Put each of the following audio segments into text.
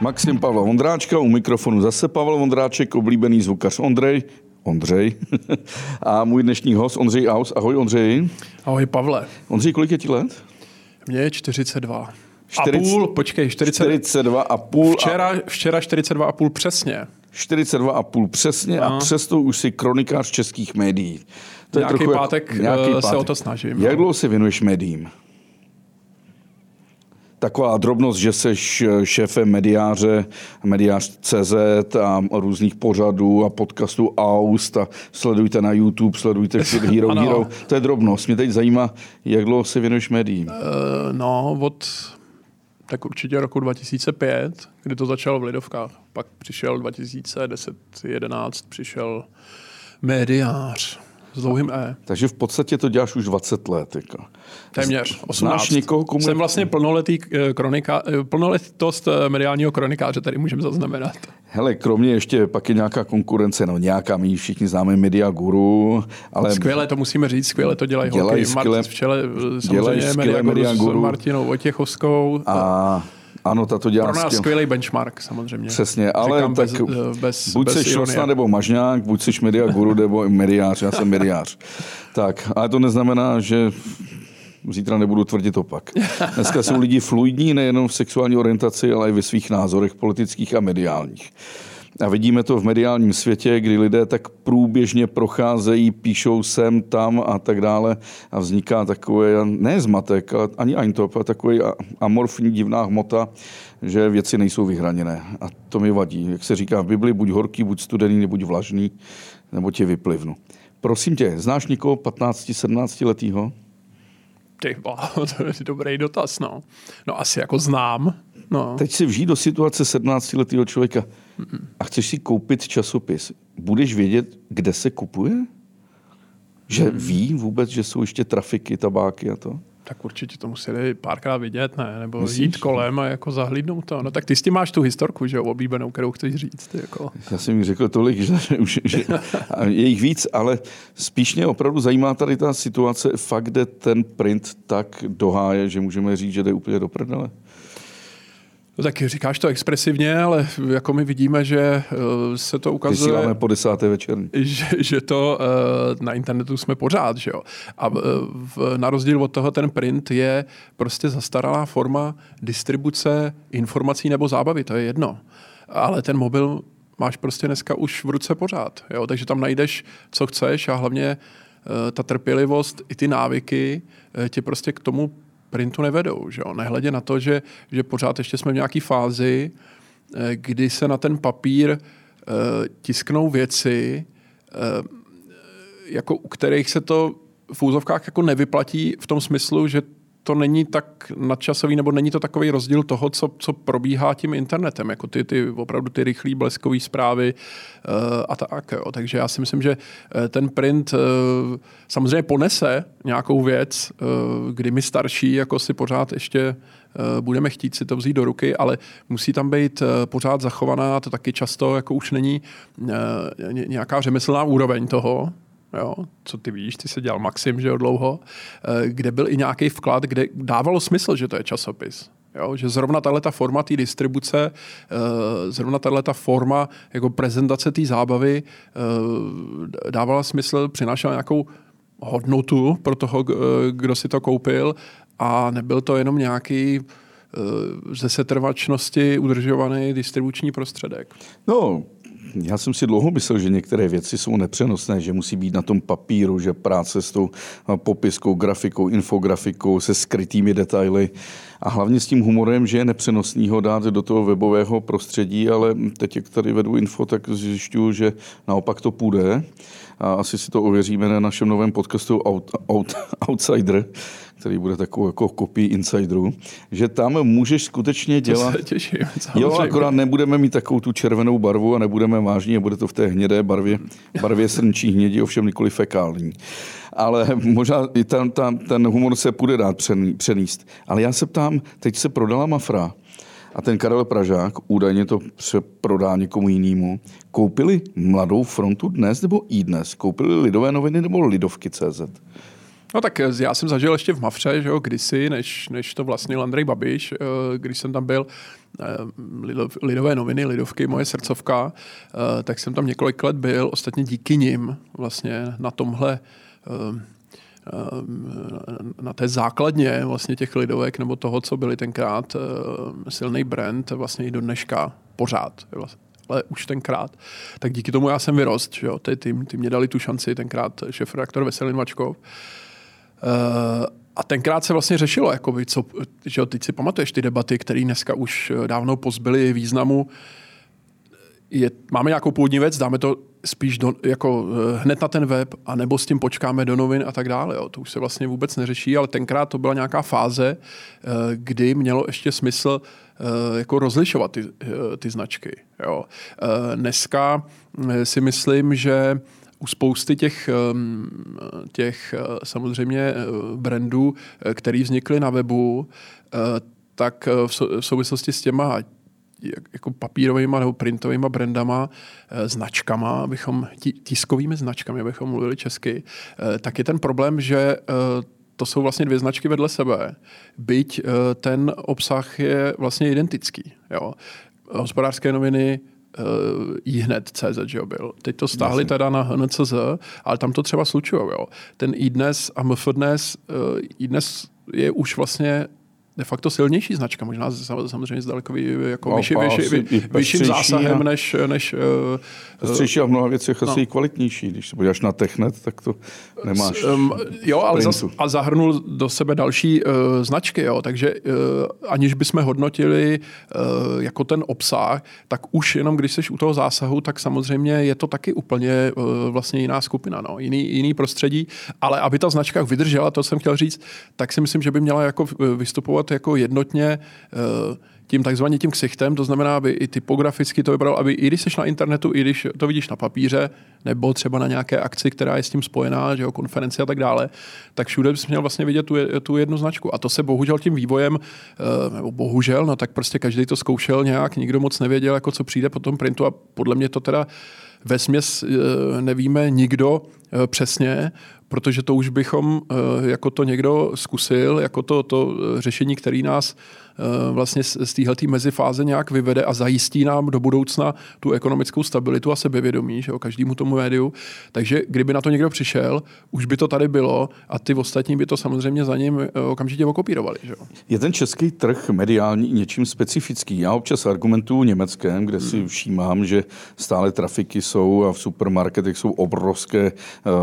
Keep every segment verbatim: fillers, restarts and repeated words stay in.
Maxim Pavla Vondráčka, u mikrofonu zase Pavel Vondráček, oblíbený zvukař Ondrej. Ondřej. A můj dnešní host Ondřej Aus. Ahoj Ondřej. Ahoj Pavle. Ondřej, kolik je ti let? Mně je čtyřicet dva. čtyřicet, a půl, počkej, čtyřicet, čtyřicet dva a půl. Včera, a... včera čtyřicet dva a půl přesně. čtyřicet dva a půl přesně a, a přesto už jsi kronikář českých médií. To nějaký, je trochu pátek, jako, nějaký pátek se o to snažím. Jak dlouho se věnuješ médiím? Taková drobnost, že seš šéfem mediáře, mediář tečka cé zet a různých pořadů a podcastů Aust a sledujte na YouTube, sledujte Hero Hero. To je drobnost. Mě teď zajímá, jak dlouho se věnuješ médiím? Uh, no, od tak určitě roku dva tisíce pět, kdy to začalo v Lidovkách. Pak přišel dva tisíce deset jedenáct, přišel médiář. S dlouhým E. Takže v podstatě to děláš už dvacet let. Jako. Téměř. osmnáct. Znáš někoho, komu... Jsem vlastně plnoletý kronika, plnoletost mediálního kronikáře, tady můžeme zaznamenat. Hele, kromě ještě pak je nějaká konkurence, no nějaká, my všichni známe Media Guru, ale... Skvěle, to musíme říct, skvěle to dělají, dělají holky. skvěle, Mart, včele, samozřejmě Media, Media Guru, Guru s Martinou Vojtěchovskou. A... Ano, tato dělá pro nás skvěl... skvělý benchmark, samozřejmě. Přesně, ale říkám tak bez, bez, buď bez jsi šrosna nebo mažňák, buď jsi Media Guru nebo mediář, já jsem mediář. Tak, ale to neznamená, že zítra nebudu tvrdit opak. Dneska jsou lidi fluidní nejenom v sexuální orientaci, ale i ve svých názorech politických a mediálních. A vidíme to v mediálním světě, kdy lidé tak průběžně procházejí, píšou sem, tam a tak dále a vzniká takový, ne zmatek, ale ani eintop, ale takový amorfní divná hmota, že věci nejsou vyhraněné. A to mi vadí. Jak se říká v Bibli, buď horký, buď studený, nebo buď vlažný, nebo tě vyplivnu. Prosím tě, znáš někoho patnáct sedmnáct letýho? Ty, wow, to je dobrý dotaz, no. No asi jako znám. No. Teď si vžij do situace sedmnáctiletého člověka a chceš si koupit časopis. Budeš vědět, kde se kupuje? Že hmm. ví vůbec, že jsou ještě trafiky, tabáky a to? Tak určitě to museli párkrát vidět, ne? Nebo Myslíš? Jít kolem a jako zahlídnout to. No tak ty s tím máš tu historku, že jo, oblíbenou, kterou chceš říct. Jako. Já jsem mi řekl tolik, že už že je jich víc, ale spíš mě opravdu zajímá tady ta situace, fakt jde ten print tak doháje, že můžeme říct, že jde úplně do prdele. No tak říkáš to expresivně, ale jako my vidíme, že se to ukazuje... Vysíláme po desáté večerní. Že, že to na internetu jsme pořád, že jo. A v, na rozdíl od toho ten print je prostě zastaralá forma distribuce informací nebo zábavy, to je jedno. Ale ten mobil máš prostě dneska už v ruce pořád, jo. Takže tam najdeš, co chceš a hlavně ta trpělivost i ty návyky tě prostě k tomu printu nevedou, že jo? Nehledě na to, že, že pořád ještě jsme v nějaké fázi, kdy se na ten papír uh, tisknou věci, uh, jako, u kterých se to v úzovkách jako nevyplatí v tom smyslu, že to není tak nadčasový, nebo není to takový rozdíl toho, co, co probíhá tím internetem, jako ty, ty opravdu ty rychlý bleskový zprávy uh, a tak. Jo. Takže já si myslím, že ten print uh, samozřejmě ponese nějakou věc, uh, kdy my starší jako si pořád ještě uh, budeme chtít si to vzít do ruky, ale musí tam být uh, pořád zachovaná, to taky často jako už není uh, nějaká řemeslná úroveň toho, jo, co ty víš, ty se dělal Maxim, že jo, dlouho, kde byl i nějaký vklad, kde dávalo smysl, že to je časopis. Jo, že zrovna tahleta forma té distribuce, zrovna tahleta forma jako prezentace té zábavy dávala smysl, přinášela nějakou hodnotu pro toho, kdo si to koupil a nebyl to jenom nějaký ze setrvačnosti udržovaný distribuční prostředek. No, já jsem si dlouho myslel, že některé věci jsou nepřenosné, že musí být na tom papíru, že práce s tou popiskou, grafikou, infografikou, se skrytými detaily a hlavně s tím humorem, že je nepřenosný ho dát do toho webového prostředí, ale teď, jak tady vedu info, tak zjišťuju, že naopak to půjde. A asi si to ověříme na našem novém podcastu Out, Out, Outsider, který bude takovou jako kopii Insiderů, že tam můžeš skutečně dělat... To se těším, jo, akorát nebudeme mít takovou tu červenou barvu a nebudeme vážní a bude to v té hnědé barvě, barvě srnčí hnědí, ovšem nikoli fekální. Ale možná i ten, ten, ten humor se půjde dát přenést. Ale já se ptám, teď se prodala Mafra a ten Karel Pražák, údajně to prodá někomu jinému, koupili Mladou frontu Dnes nebo iDnes? Koupili Lidové noviny nebo Lidovky tečka cé zet? No tak já jsem zažil ještě v Mafře, že jo, kdysi, než, než to vlastnil Andrej Babiš, když jsem tam byl, Lidové noviny, Lidovky, moje srdcovka, tak jsem tam několik let byl, ostatně díky nim vlastně na tomhle na té základně vlastně těch Lidovek nebo toho, co byli tenkrát silný brand, vlastně i do dneška pořád. Ale už tenkrát. Tak díky tomu já jsem vyrost. Že jo? Ty, ty, ty mě dali tu šanci, tenkrát šéfredaktor Veselin Vačkov. Uh, a tenkrát se vlastně řešilo, jakoby, co, že jo, teď si pamatuješ ty debaty, které dneska už dávno pozbyly významu. Je, máme nějakou původní věc, dáme to spíš do, jako hned na ten web, anebo s tím počkáme do novin a tak dále. Jo. To už se vlastně vůbec neřeší, ale tenkrát to byla nějaká fáze, kdy mělo ještě smysl jako rozlišovat ty, ty značky. Jo. Dneska si myslím, že u spousty těch, těch samozřejmě brandů, které vznikly na webu, tak v souvislosti s těma jako papírovými nebo printovými brandama, značkama, abychom, tiskovými značkami, abychom mluvili česky, tak je ten problém, že to jsou vlastně dvě značky vedle sebe, byť ten obsah je vlastně identický. Jo. Hospodářské noviny ihned tečka cé zet, že jo, byl. Teď to stáhli teda na H N C Z, ale tam to třeba slučujou, jo. Ten iDnes a MFDnes, iDnes je už vlastně de facto silnější značka, možná samozřejmě s daleko jako vyšší, vyšší, vyšší, vyšším zásahem, než... než pestřejší a v mnoha věcech asi no. kvalitnější. Když se podíváš na Technet, tak to nemáš. Um, jo, ale zas, a zahrnul do sebe další uh, značky, jo, takže uh, aniž bychom hodnotili uh, jako ten obsah, tak už jenom když jsi u toho zásahu, tak samozřejmě je to taky úplně uh, vlastně jiná skupina, no, jiný, jiný prostředí, ale aby ta značka vydržela, to jsem chtěl říct, tak si myslím, že by měla jako vystupovat jako jednotně tím takzvaně tím ksichtem, to znamená, aby i typograficky to vypadalo, aby i když jsi na internetu, i když to vidíš na papíře, nebo třeba na nějaké akci, která je s tím spojená, že jo, konferenci a tak dále, tak všude bys měl vlastně vidět tu, tu jednu značku. A to se bohužel tím vývojem, nebo bohužel, no tak prostě každý to zkoušel nějak, nikdo moc nevěděl, jako co přijde po tom printu a podle mě to teda vesměs nevíme nikdo přesně, protože to už bychom, jako to někdo zkusil, jako to, to řešení, který nás vlastně z téhletý mezifáze nějak vyvede a zajistí nám do budoucna tu ekonomickou stabilitu a sebevědomí, že jo, každému tomu médiu. Takže kdyby na to někdo přišel, už by to tady bylo a ty ostatní by to samozřejmě za ním okamžitě okopírovali. Že jo. Je ten český trh mediální něčím specifický? Já občas argumentuju německém, kde si všímám, že stále trafiky jsou a v supermarketech jsou obrovské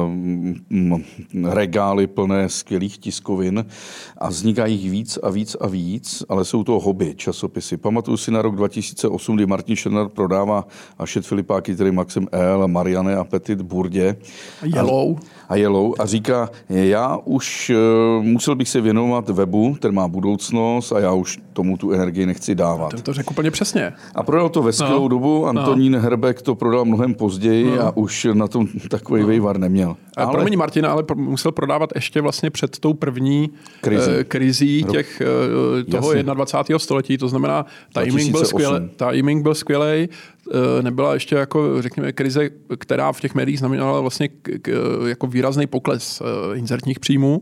um, regály plné skvělých tiskovin a vzniká jich víc a víc a víc, ale jsou to hobby časopisy. Pamatuju si na rok dva tisíce osm, kdy Martin Šernár prodává Ašet Filipáky, tedy Maxim L, Marianne a Petit Burdě. A Yellow. A Yellow. A říká, já už uh, musel bych se věnovat webu, který má budoucnost a já už tomu tu energii nechci dávat. Ten to řekl úplně přesně. A prodal to ve skvělou no. dobu. Antonín no. Herbek to prodal mnohem později no. a už na tom takový no. vejvar neměl. Ale... Promiň Martina, ale musel prodávat ještě vlastně před tou první krizi. Uh, krizí těch, uh, toho dvacátého prvního století, to znamená, timing byl, skvěle, timing byl skvělej, nebyla ještě jako, řekněme, krize, která v těch médiích znamenala vlastně k, k, jako výrazný pokles inzertních příjmů.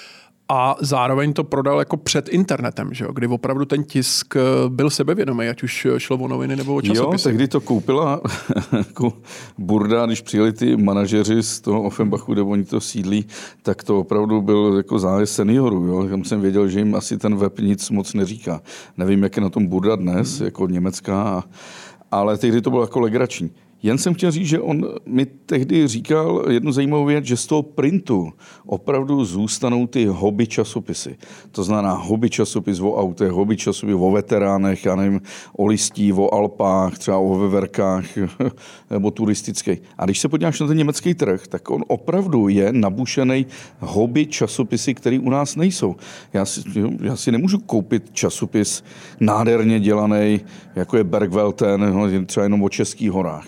A zároveň to prodal jako před internetem, že jo? Kdy opravdu ten tisk byl sebevědomý, ať už šlo o noviny nebo o časopisy. Jo, tehdy to koupila jako Burda, když přijeli ty manažeři z toho Offenbachu, kde oni to sídlí, tak to opravdu byl jako zájezd seniorů. Jo? Tam jsem věděl, že jim asi ten web nic moc neříká. Nevím, jak je na tom Burda dnes, hmm. jako německá, ale tehdy to bylo jako legrační. Jen jsem chtěl říct, že on mi tehdy říkal jednu zajímavou věc, že z toho printu opravdu zůstanou ty hobby časopisy. To znamená hobby časopis o autech, hobby časopis o veteránech, já nevím, o listí, o Alpách, třeba o veverkách nebo turistických. A když se podíváš na ten německý trh, tak on opravdu je nabušený hobby časopisy, které u nás nejsou. Já si, já si nemůžu koupit časopis nádherně dělaný, jako je Bergwelten, třeba jenom o Českých horách.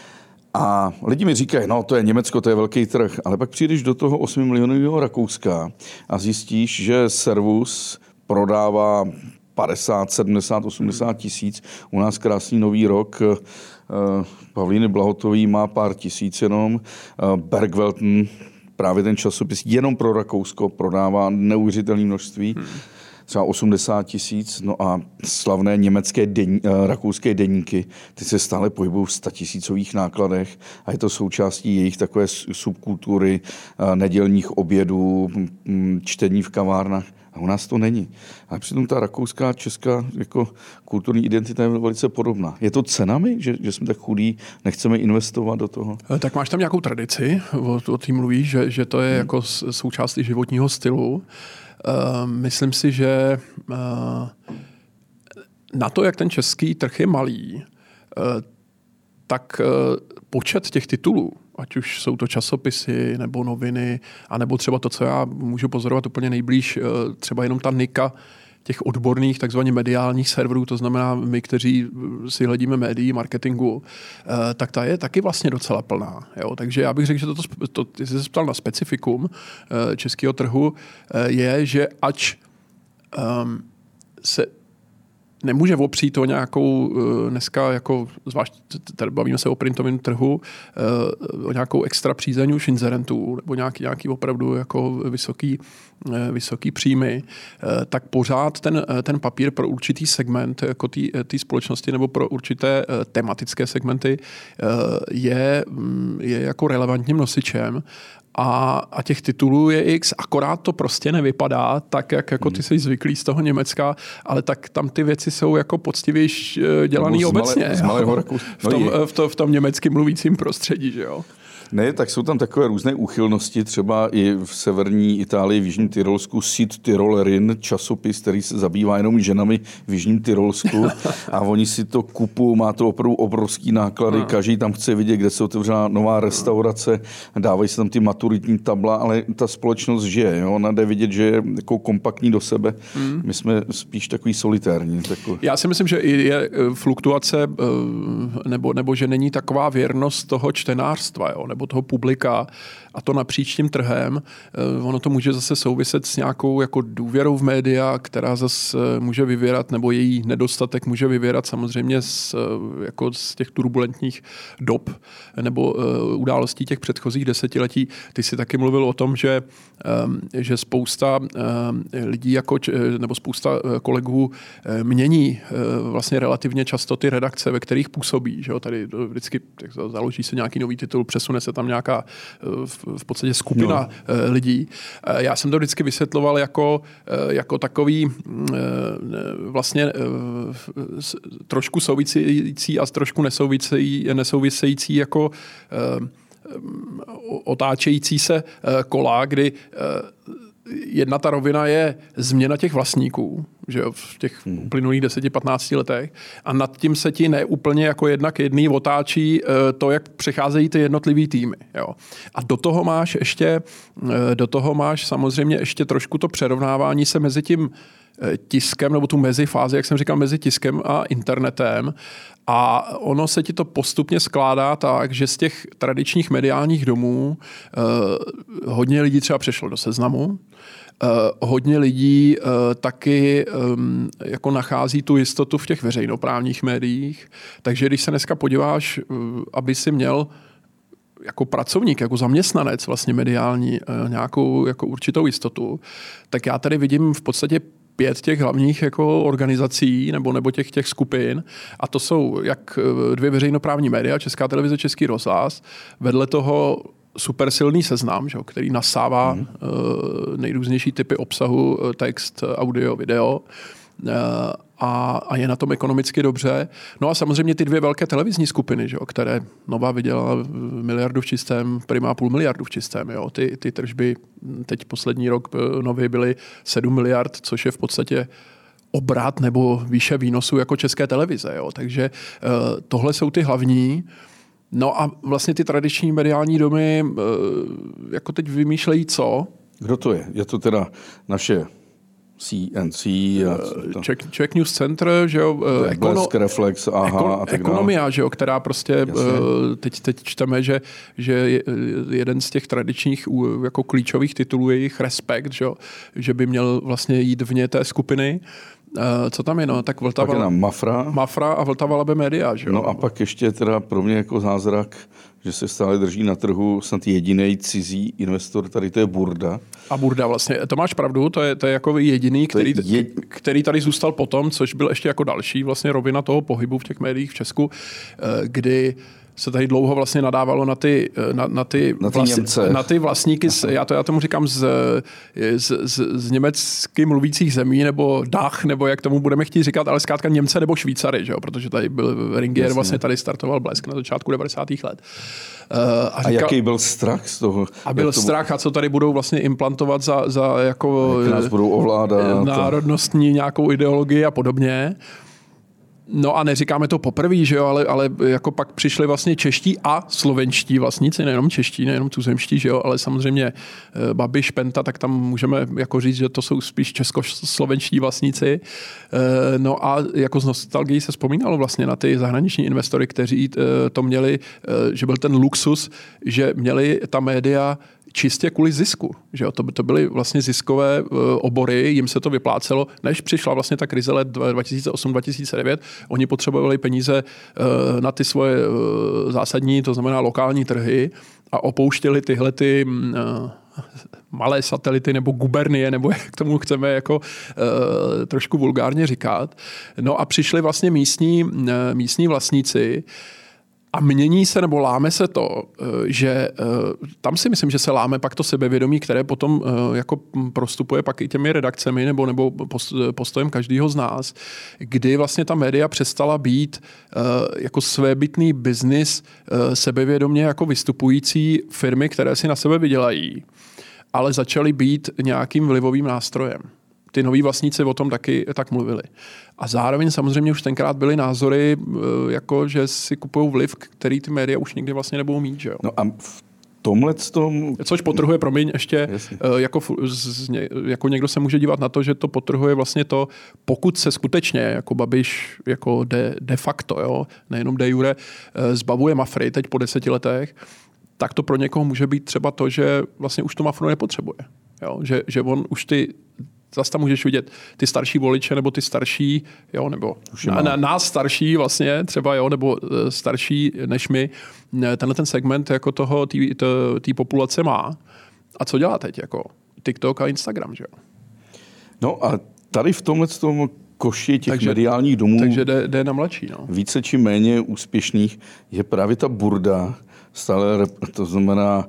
A lidi mi říkají, no to je Německo, to je velký trh, ale pak přijdeš do toho osmi milionového Rakouska a zjistíš, že Servus prodává padesát, sedmdesát, osmdesát tisíc. U nás krásný Nový rok, Pavlíny Blahotový má pár tisíc jenom, Bergwelten právě ten časopis jenom pro Rakousko prodává neuvěřitelné množství. Hmm. Třeba osmdesát tisíc, no a slavné německé den, rakouské deníky, ty se stále pohybují v statisícových nákladech a je to součástí jejich takové subkultury, nedělních obědů, čtení v kavárnách. A u nás to není. A přitom ta rakouská, česká jako kulturní identita je velice podobná. Je to cenami, že, že jsme tak chudí, nechceme investovat do toho? Tak máš tam nějakou tradici, o, o tým mluvíš, že, že to je hmm. jako součást životního stylu. Uh, myslím si, že uh, na to, jak ten český trh je malý, uh, tak uh, počet těch titulů, ať už jsou to časopisy nebo noviny, anebo třeba to, co já můžu pozorovat úplně nejblíž, uh, třeba jenom ta nika těch odborných, takzvaně mediálních serverů, to znamená my, kteří si hledíme médií, marketingu, tak ta je taky vlastně docela plná. Jo? Takže já bych řekl, že toto, to, ty jsi se ptal na specifikum českého trhu, je, že ač um, se nemůže opřít o nějakou dneska, jako, zvlášť tady bavíme se o printovém trhu, o nějakou extra přízeň už inzerentů, nebo nějaký, nějaký opravdu jako vysoký, vysoký příjmy, tak pořád ten, ten papír pro určitý segment jako té společnosti nebo pro určité tematické segmenty je, je jako relevantním nosičem. A, a těch titulů je x, akorát to prostě nevypadá tak, jak jako ty jsi zvyklý z toho Německa, ale tak tam ty věci jsou jako poctivější dělaný z obecně. Malé, z malého Rakou... v, tom, v, to, v tom německy mluvícím prostředí, že jo? Ne, tak jsou tam takové různé úchylnosti, třeba i v severní Itálii, v Jižním Tyrolsku, Süd Tirolerin, časopis, který se zabývá jenom ženami v Jižním Tyrolsku a oni si to kupují, má to opravdu obrovský náklady, no. Každý tam chce vidět, kde se otevřela nová restaurace, dávají se tam ty maturitní tabla, ale ta společnost žije, jo? Ona jde vidět, že je jako kompaktní do sebe. Mm. My jsme spíš takový solitérní. Takový. Já si myslím, že je fluktuace, nebo, nebo že není taková věrnost toho čtenářstva, jo? Nebo toho publika, a to napříč tím trhem. Ono to může zase souviset s nějakou jako důvěrou v média, která zase může vyvěrat, nebo její nedostatek může vyvěrat samozřejmě z, jako z těch turbulentních dob nebo uh, událostí těch předchozích desetiletí. Ty jsi taky mluvil o tom, že, um, že spousta um, lidí jako, nebo spousta kolegů mění uh, vlastně relativně často ty redakce, ve kterých působí. Že jo? Tady vždycky založí se nějaký nový titul, přesune se tam nějaká v, v podstatě skupina no. lidí. Já jsem to vždycky vysvětloval jako, jako takový vlastně trošku související a trošku nesouvisející, nesouvisející jako otáčející se kola, kdy jedna ta rovina je změna těch vlastníků, že jo, v těch hmm. uplynulých deseti patnácti letech a nad tím se ti neúplně jako jednak jedný otáčí to, jak přecházejí ty jednotlivý týmy. Jo. A do toho máš ještě, do toho máš samozřejmě ještě trošku to přerovnávání se mezi tím tiskem, nebo tu mezifázi, jak jsem říkal, mezi tiskem a internetem. A ono se ti to postupně skládá tak, že z těch tradičních mediálních domů eh, hodně lidí třeba přešlo do Seznamu, eh, hodně lidí eh, taky eh, jako nachází tu jistotu v těch veřejnoprávních médiích. Takže když se dneska podíváš, eh, aby si měl jako pracovník, jako zaměstnanec vlastně mediální eh, nějakou jako určitou jistotu, tak já tady vidím v podstatě pět těch hlavních jako organizací nebo, nebo těch, těch skupin a to jsou jak dvě veřejnoprávní média, Česká televize, Český rozhlas, vedle toho super silný Seznam, že, který nasává mm. uh, nejrůznější typy obsahu, text, audio, video uh, a, a je na tom ekonomicky dobře. No a samozřejmě ty dvě velké televizní skupiny, že, které Nova vydělala miliardu v čistém, Prima půl miliardu v čistém. Jo. Ty, ty tržby teď poslední rok Novy byly sedm miliard, což je v podstatě obrat nebo výše výnosu jako České televize. Jo. Takže uh, tohle jsou ty hlavní. No a vlastně ty tradiční mediální domy uh, jako teď vymýšlejí co? Kdo to je? Je to teda naše C N C a Czech, Czech News Center, že jo, ekono, Blesk, Reflex, aha, ekon, a tak ekonomia, že jo, která prostě teď, teď čteme, že, že jeden z těch tradičních jako klíčových titulů je jejich Respekt, že jo, že by měl vlastně jít vně té skupiny. co tam je, no, tak Vltava... Pak je tam Mafra. Mafra a Vltava Labe Media, že jo? No a pak ještě teda pro mě jako zázrak, že se stále drží na trhu snad jediný cizí investor, tady to je Burda. A Burda vlastně, to máš pravdu, to je, to je jako jediný, který, je... který tady zůstal potom, což byl ještě jako další vlastně rovina toho pohybu v těch médiích v Česku, kdy se tady dlouho vlastně nadávalo na ty, na, na ty, na ty, vlastní, na ty vlastníky, z, já, to, já tomu říkám z, z, z, z německy mluvících zemí, nebo Dach, nebo jak tomu budeme chtít říkat, ale zkrátka Němce nebo Švýcary, že jo? Protože tady byl Ringier, vlastně tady startoval Blesk na začátku devadesátých let. Uh, a, a říkal, jaký byl strach z toho? A byl to... strach, a co tady budou vlastně implantovat za, za jako jak nás budou ovládat, národnostní nějakou ideologii a podobně. No a neříkáme to poprvé, že jo, ale, ale jako pak přišli vlastně čeští a slovenští vlastníci, nejenom čeští, nejenom tuzemští, že jo, ale samozřejmě Babiš, Penta, tak tam můžeme jako říct, že to jsou spíš českoslovenští vlastníci. No a jako z nostalgií se vzpomínalo vlastně na ty zahraniční investory, kteří to měli, že byl ten luxus, že měli ta média čistě kvůli zisku. Že jo? To, to byly vlastně ziskové uh, obory, jim se to vyplácelo, než přišla vlastně ta krize let dva tisíce osm dva tisíce devět. Oni potřebovali peníze uh, na ty svoje uh, zásadní, to znamená lokální trhy, a opouštěli tyhle ty uh, malé satelity nebo gubernie, nebo jak k tomu chceme jako uh, trošku vulgárně říkat. No a přišli vlastně místní, uh, místní vlastníci. A mění se nebo láme se to, že tam si myslím, že se láme pak to sebevědomí, které potom jako prostupuje pak i těmi redakcemi nebo, nebo postojem každého z nás, kdy vlastně ta média přestala být jako svébytný biznis sebevědomě jako vystupující firmy, které si na sebe vydělají, ale začaly být nějakým vlivovým nástrojem. Ty noví vlastníci o tom taky tak mluvili. A zároveň samozřejmě už tenkrát byly názory, jako že si kupují vliv, který ty média už nikdy vlastně nebudou mít. Že jo? No a v tomhle tom... Což potrhuje, promiň, ještě, jako, jako někdo se může dívat na to, že to potrhuje vlastně to, pokud se skutečně jako Babiš jako de, de facto, jo, nejenom de jure, zbavuje Mafry teď po deseti letech, tak to pro někoho může být třeba to, že vlastně už to Mafru nepotřebuje. Jo? Že, že on už ty zase tam můžeš vidět ty starší voliče, nebo ty starší, jo, nebo na, na, nás starší vlastně třeba, jo, nebo starší než my, tenhle ten segment jako toho, té populace má. A co dělá teď? Jako TikTok a Instagram, že jo? No a tady v tomhle tom koši těch takže, mediálních domů, takže jde, jde na mladší, no. Více či méně úspěšných je právě ta Burda, stále, to znamená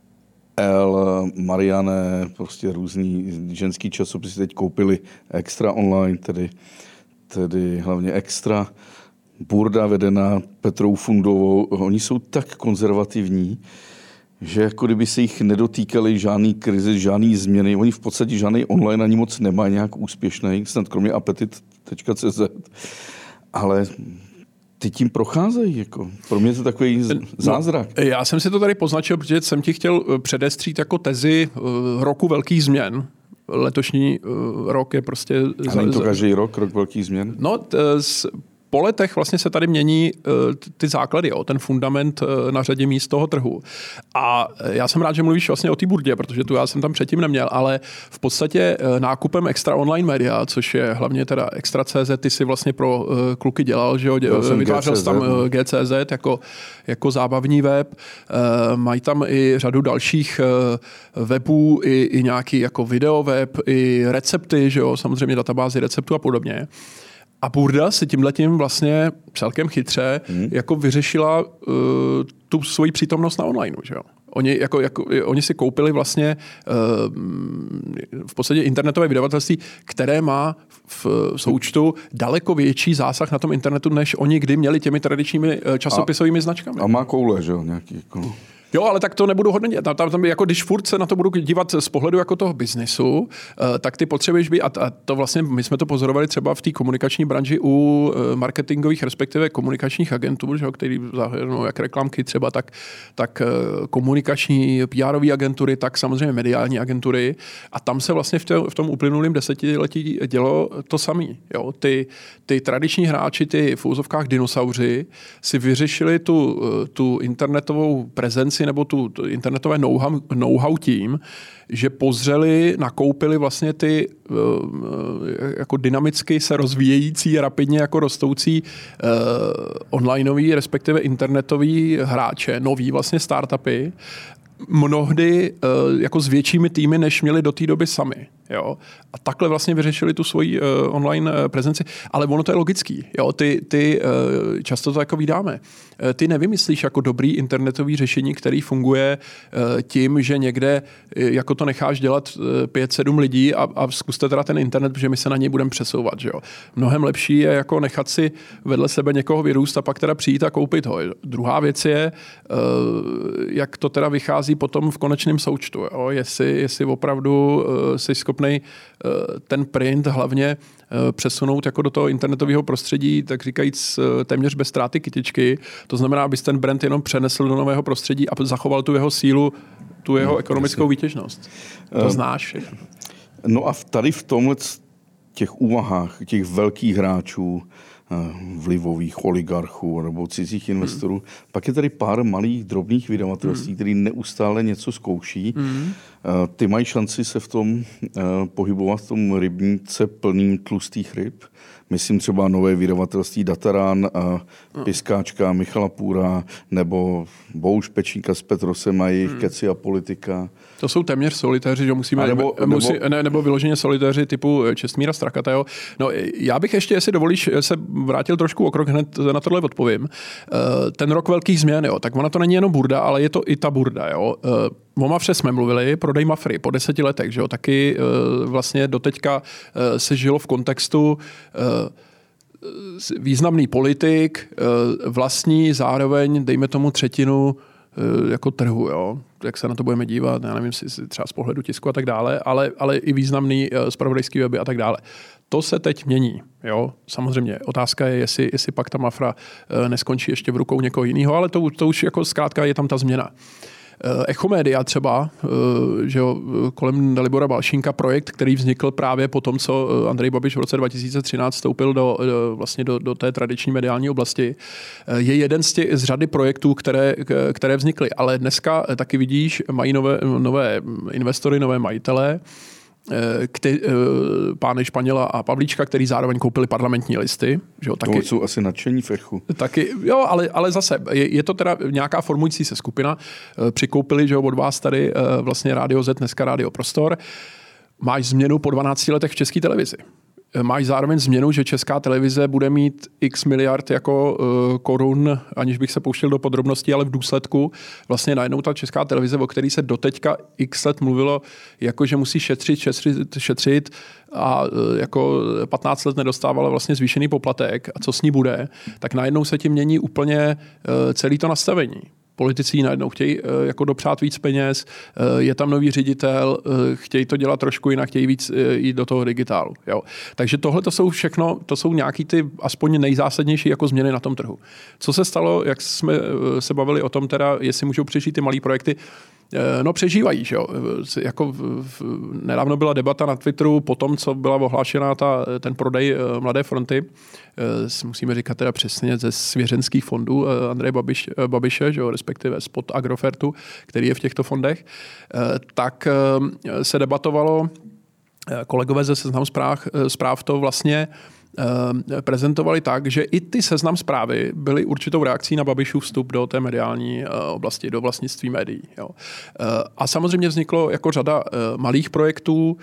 L, Marianne, prostě různý ženský časopisy teď koupili Extra online, tedy, tedy hlavně Extra. Burda vedená Petrou Fundovou, oni jsou tak konzervativní, že jako kdyby se jich nedotýkaly žádný krize, žádný změny. Oni v podstatě žádný online ani moc nemají nějak úspěšný, snad kromě apetit tečka cé zet. Ale ty tím procházejí, jako. Pro mě je to takový zázrak. No, já jsem si to tady poznačil, protože jsem ti chtěl předestřít jako tezi roku velkých změn. Letošní rok je prostě... A není to každý rok, rok velkých změn? No, t- s, po letech vlastně se tady mění uh, ty základy, jo, ten fundament uh, na řadě míst toho trhu. A já jsem rád, že mluvíš vlastně o té Burdě, protože tu já jsem tam předtím neměl, ale v podstatě uh, nákupem Extra online media, což je hlavně teda Extra tečka cé zet, ty si vlastně pro uh, kluky dělal, že jo, dě, vytvářel jsi tam uh, G C Z jako, jako zábavní web. Uh, mají tam i řadu dalších uh, webů, i, i nějaký jako video web, i recepty, že jo, samozřejmě databázy receptů a podobně. A Burda si tímhletím vlastně celkem chytře hmm. jako vyřešila uh, tu svoji přítomnost na online, že jo. Oni, jako, jako, oni si koupili vlastně uh, v podstatě internetové vydavatelství, které má v součtu daleko větší zásah na tom internetu, než oni kdy měli těmi tradičními časopisovými a, značkami. A má koule, že jo, nějaký jako... Jo, ale tak to nebudu hodnotit. Tam, tam, tam, jako když furt se na to budu dívat z pohledu jako toho biznesu, uh, tak ty potřebuješ být, a, a to vlastně, my jsme to pozorovali třeba v té komunikační branži u uh, marketingových, respektive komunikačních agentur, že, který zahrnou jak reklamky třeba, tak, tak uh, komunikační P R-ové agentury, tak samozřejmě mediální agentury. A tam se vlastně v, tě, v tom uplynulém desetiletí dělo to samé. Ty, ty tradiční hráči, ty v úzovkách dinosauři, si vyřešili tu, tu internetovou prezenci prezenci nebo tu, tu internetové know-how, know-how tím, že pozřeli, nakoupili vlastně ty uh, jako dynamicky se rozvíjející, rapidně jako rostoucí uh, onlineový, respektive internetový hráče, nový vlastně startupy, mnohdy uh, jako s většími týmy, než měli do té doby sami. Jo? A takhle vlastně vyřešili tu svoji uh, online uh, prezenci. Ale ono to je logický. Jo? Ty, ty uh, často to jako vydáme. Uh, ty nevymyslíš jako dobrý internetový řešení, který funguje uh, tím, že někde uh, jako to necháš dělat uh, pět, sedm lidí a, a zkuste teda ten internet, protože my se na něj budeme přesouvat. Že jo? Mnohem lepší je jako nechat si vedle sebe někoho vyrůst a pak teda přijít a koupit ho. Druhá věc je, uh, jak to teda vychází potom v konečném součtu. Jo? Jestli, jestli opravdu uh, jsi schopný ten print hlavně přesunout jako do toho internetového prostředí, tak říkajíc téměř bez ztráty kytičky. To znamená, abys ten brand jenom přenesl do nového prostředí a zachoval tu jeho sílu, tu jeho no, ekonomickou jasně. výtěžnost. To uh, znáš všechno. No a tady v tomhle těch úvahách, těch velkých hráčů, vlivových oligarchů nebo cizích investorů. Hmm. Pak je tady pár malých, drobných vydavatelství, hmm. který neustále něco zkouší. Hmm. Ty mají šanci se v tom pohybovat v tom rybníce plným tlustých ryb. Myslím třeba nové vydavatelství Datarán, Piskáčka, Michala Půra, nebo Bouš Pečínka s Petrosem a jejich hmm. Keci a politika. To jsou téměř solitéři, že musíme, nebo, musí, nebo, ne, nebo vyloženě solitéři typu Čestmíra Strakatého. No, já bych ještě, jestli dovolíš, se vrátil trošku o krok, hned na tohle odpovím. Ten rok velkých změn, jo, tak ona to není jenom burda, ale je to i ta burda, jo. O Mafře jsme mluvili, prodej Mafry po deseti letech, že jo, taky vlastně doteďka se žilo v kontextu významný politik, vlastní zároveň, dejme tomu třetinu jako trhu, jo. Jak se na to budeme dívat, já nevím, si třeba z pohledu tisku a tak dále, ale, ale i významný zpravodajský weby a tak dále. To se teď mění, jo. Samozřejmě otázka je, jestli, jestli pak ta Mafra neskončí ještě v rukou někoho jiného, ale to, to už jako zkrátka je tam ta změna. Echomédia třeba, že jo, kolem Dalibora Balšínka, projekt, který vznikl právě po tom, co Andrej Babiš v roce dva tisíce třináct vstoupil do, vlastně do, do té tradiční mediální oblasti, je jeden z, těch, z řady projektů, které, které vznikly. Ale dneska taky vidíš, mají nové, nové investory, nové majitele, Kte, pány Španěla a Pavlíčka, který zároveň koupili parlamentní listy. Že jo, taky, to jsou asi nadšení v Echu. Taky, jo, ale, ale zase, je, je to teda nějaká formující se skupina. Přikoupili, že jo, od vás tady vlastně Rádio Z, dneska Rádio Prostor. Máš změnu po dvanácti letech v České televizi. Máš zároveň změnu, že Česká televize bude mít x miliard jako uh, korun, aniž bych se pouštěl do podrobností, ale v důsledku vlastně najednou ta Česká televize, o který se doteďka x let mluvilo, jako že musí šetřit, šetřit, šetřit a uh, jako patnáct let nedostávala vlastně zvýšený poplatek a co s ní bude, tak najednou se tím mění úplně uh, celý to nastavení. Politici najednou chtějí jako dopřát víc peněz, je tam nový ředitel, chtějí to dělat trošku jinak, chtějí víc jít do toho digitálu. Jo. Takže tohle to jsou všechno, to jsou nějaký ty aspoň nejzásadnější jako změny na tom trhu. Co se stalo, jak jsme se bavili o tom teda, jestli můžou přežít ty malé projekty, no přežívají, že jo. Jako v, v, nedávno byla debata na Twitteru po tom, co byla ohlášena ta, ten prodej Mladé fronty. Musíme říkat teda přesně ze svěřenských fondů Andreje Babiš, Babiše, že jo, respektive spod Agrofertu, který je v těchto fondech, tak se debatovalo, kolegové ze Seznam zpráv, zpráv to vlastně prezentovali tak, že i ty Seznam zprávy byly určitou reakcí na Babišův vstup do té mediální oblasti, do vlastnictví médií. Jo. A samozřejmě vzniklo jako řada malých projektů,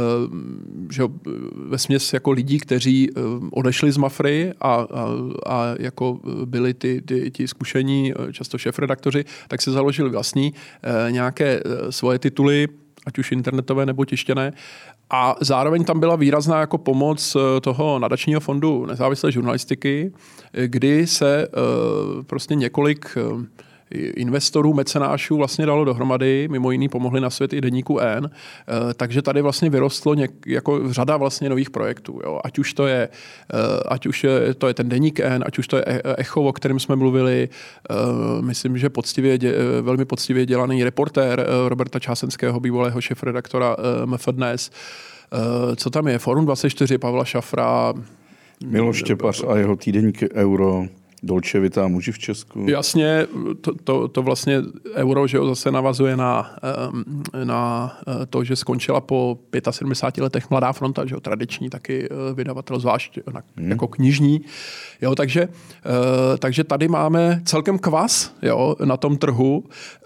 že vesměs jako lidí, kteří odešli z Mafry a, a, a jako byli ty, ty, ti zkušení, často šéfredaktoři, tak se založili vlastní nějaké svoje tituly, ať už internetové nebo tištěné. A zároveň tam byla výrazná jako pomoc toho nadačního fondu nezávislé žurnalistiky, kdy se prostě několik investorů, mecenášů vlastně dalo dohromady, mimo jiný pomohli na svět i deníku N, takže tady vlastně vyrostlo něk, jako řada vlastně nových projektů. Jo. Ať už to je, ať už je, to je ten deník N, ať už to je Echo, o kterém jsme mluvili, myslím, že poctivě, velmi poctivě dělaný reportér Roberta Čásenského, bývalého šéfredaktora M F Dnes. Co tam je? Forum dvacet čtyři, Pavla Šafra. Miloš Štěpař a jeho týdeník Euro. Dolce Vita muži v Česku. Jasně, to, to, to vlastně euro, že jo, zase navazuje na, na to, že skončila po sedmdesáti pěti letech Mladá fronta, že jo, tradiční taky vydavatel, zvlášť na, hmm. jako knižní. Jo, takže, takže tady máme celkem kvas, jo, na tom trhu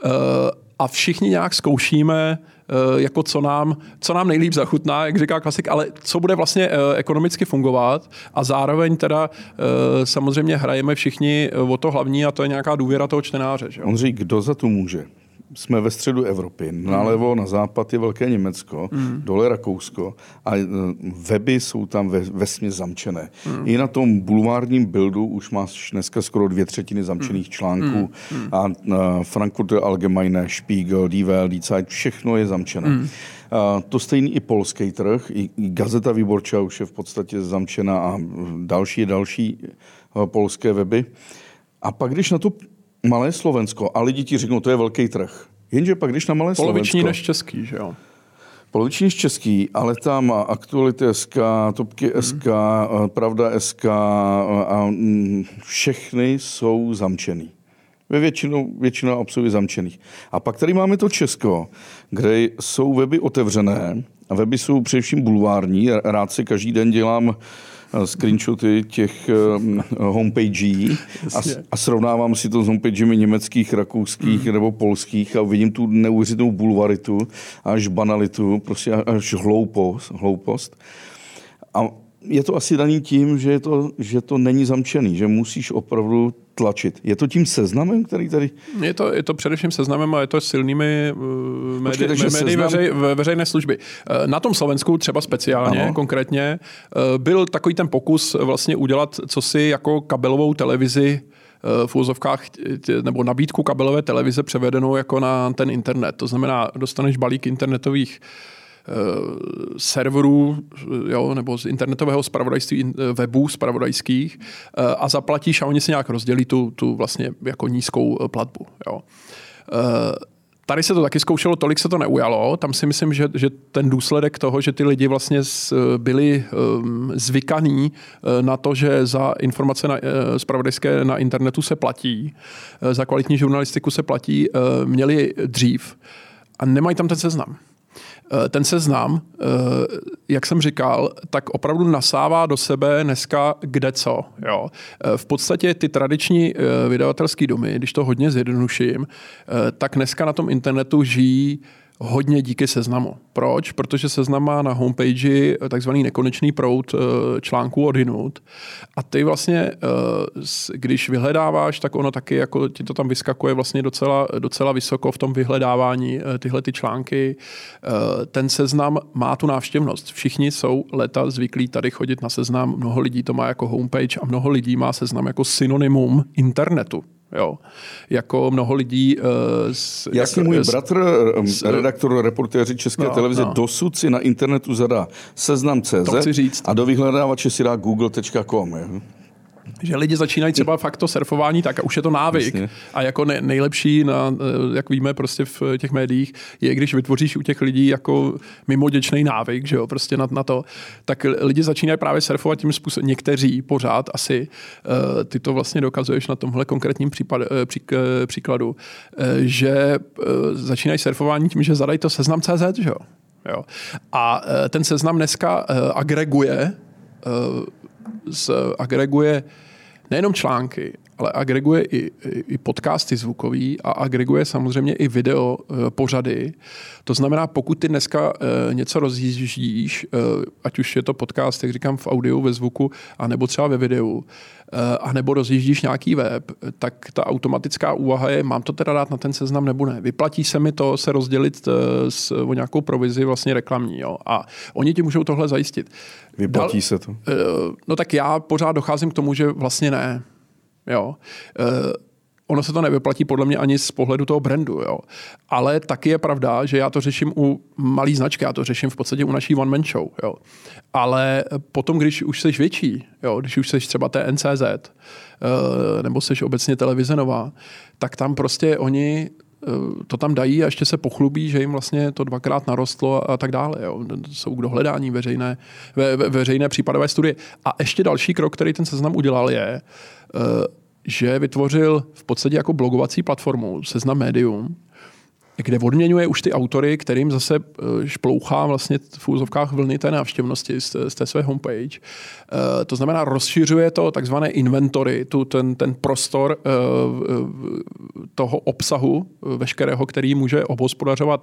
a všichni nějak zkoušíme, jako co nám, co nám nejlíp zachutná, jak říká klasik, ale co bude vlastně ekonomicky fungovat a zároveň teda samozřejmě hrajeme všichni o to hlavní a to je nějaká důvěra toho čtenáře. Že? Ondřej, kdo za to může? Jsme ve středu Evropy. Nalevo, na západ je Velké Německo, mm. dole Rakousko a weby jsou tam ve, vesměs zamčené. Mm. I na tom bulvárním Bildu už máš dneska skoro dvě třetiny zamčených mm. článků mm. a uh, Frankfurter Allgemeine, Spiegel, Die Welt, Die Zeit, všechno je zamčené. Mm. Uh, to stejný i polský trh, i, i Gazeta Wyborcza už je v podstatě zamčena a další, další uh, polské weby. A pak, když na to malé Slovensko, a lidi ti řeknou, to je velký trh. Jenže pak, když na malé Slovensko... Poloviční než český, že jo? Poloviční než český, ale tam Aktuality tečka es ká, Topky tečka es ká, mm. Pravda tečka es ká a všechny jsou zamčený. Ve většinou, většina absolutně zamčených. A pak tady máme to Česko, kde jsou weby otevřené a weby jsou především bulvární. Rád si každý den dělám screenshoty těch um, homepagí a, a srovnávám si to s homepagemi německých, rakouských mm. nebo polských a vidím tu neuvěřitelnou bulvaritu až banalitu, prostě až hloupost. hloupost. A je to asi daný tím, že, je to, že to není zamčený, že musíš opravdu tlačit. Je to tím seznamem, který tady... Je to, je to především seznamem a je to silnými uh, médii médi veřej, veřejné služby. Uh, na tom Slovensku třeba speciálně, ano. konkrétně, uh, byl takový ten pokus vlastně udělat cosi jako kabelovou televizi v úvozovkách nebo nabídku kabelové televize převedenou jako na ten internet. To znamená, dostaneš balík internetových serverů, jo, nebo z internetového zpravodajství, webů zpravodajských a zaplatíš a oni si nějak rozdělí tu, tu vlastně jako nízkou platbu. Jo. Tady se to taky zkoušelo, tolik se to neujalo. Tam si myslím, že, že ten důsledek toho, že ty lidi vlastně byli um, zvykaní na to, že za informace na, zpravodajské na internetu se platí, za kvalitní žurnalistiku se platí, měli dřív a nemají tam ten seznam. Ten seznam, jak jsem říkal, tak opravdu nasává do sebe dneska kde co. Jo. V podstatě ty tradiční vydavatelské domy, když to hodně zjednoduším, tak dneska na tom internetu žijí hodně díky seznamu. Proč? Protože seznam má na homepage takzvaný nekonečný proud článků odinut a ty vlastně, když vyhledáváš, tak ono taky jako ti to tam vyskakuje vlastně docela, docela vysoko v tom vyhledávání tyhle ty články. Ten seznam má tu návštěvnost. Všichni jsou leta zvyklí tady chodit na seznam. Mnoho lidí to má jako homepage a mnoho lidí má seznam jako synonymum internetu. Jo. Jako mnoho lidí... Uh, s, Jasně, jako, můj bratr, s, redaktor, reportéři České no, televize, no. dosud si na internetu zadá seznam tečka cé zet a do vyhledávače si dá google tečka com. Je. Že lidi začínají třeba fakt to surfování tak a už je to návyk. Jasně. A jako ne, nejlepší, na, jak víme prostě v těch médiích, je, když vytvoříš u těch lidí jako mimoděčný návyk, že jo, prostě na, na to, tak lidi začínají právě surfovat tím způsobem, někteří pořád asi, uh, ty to vlastně dokazuješ na tomhle konkrétním případ, uh, pří, uh, příkladu, uh, že uh, začínají surfování tím, že zadají to seznam tečka cé zet, že jo. jo. A uh, ten seznam dneska uh, agreguje uh, z, agreguje nejenom články, ale agreguje i, i podcasty zvukový a agreguje samozřejmě i video e, pořady. To znamená, pokud ty dneska e, něco rozjíždíš, e, ať už je to podcast, jak říkám, v audiu, ve zvuku, anebo třeba ve videu, e, anebo rozjíždíš nějaký web, tak ta automatická úvaha je, mám to teda dát na ten seznam nebo ne. Vyplatí se mi to se rozdělit e, s, o nějakou provizi vlastně reklamní. Jo? A oni ti můžou tohle zajistit. Vyplatí Dal, se to? E, no tak já pořád docházím k tomu, že vlastně ne. Jo. E, ono se to nevyplatí podle mě ani z pohledu toho brandu, jo. Ale taky je pravda, že já to řeším u malý značky, já to řeším v podstatě u naší one man show, jo. Ale potom, když už seš větší, jo, když už seš třeba T N C Z, e, nebo seš obecně Televize Nová, tak tam prostě oni to tam dají a ještě se pochlubí, že jim vlastně to dvakrát narostlo a tak dále. Jo. Jsou k dohledání veřejné, ve, ve, veřejné případové studie. A ještě další krok, který ten seznam udělal, je, že vytvořil v podstatě jako blogovací platformu Seznam Medium, kde odměňuje už ty autory, kterým zase šplouchá vlastně v úzovkách vlny té návštěvnosti z, z té své homepage. Uh, to znamená, rozšiřuje to takzvané inventory, tu, ten, ten prostor uh, toho obsahu veškerého, který může obhospodařovat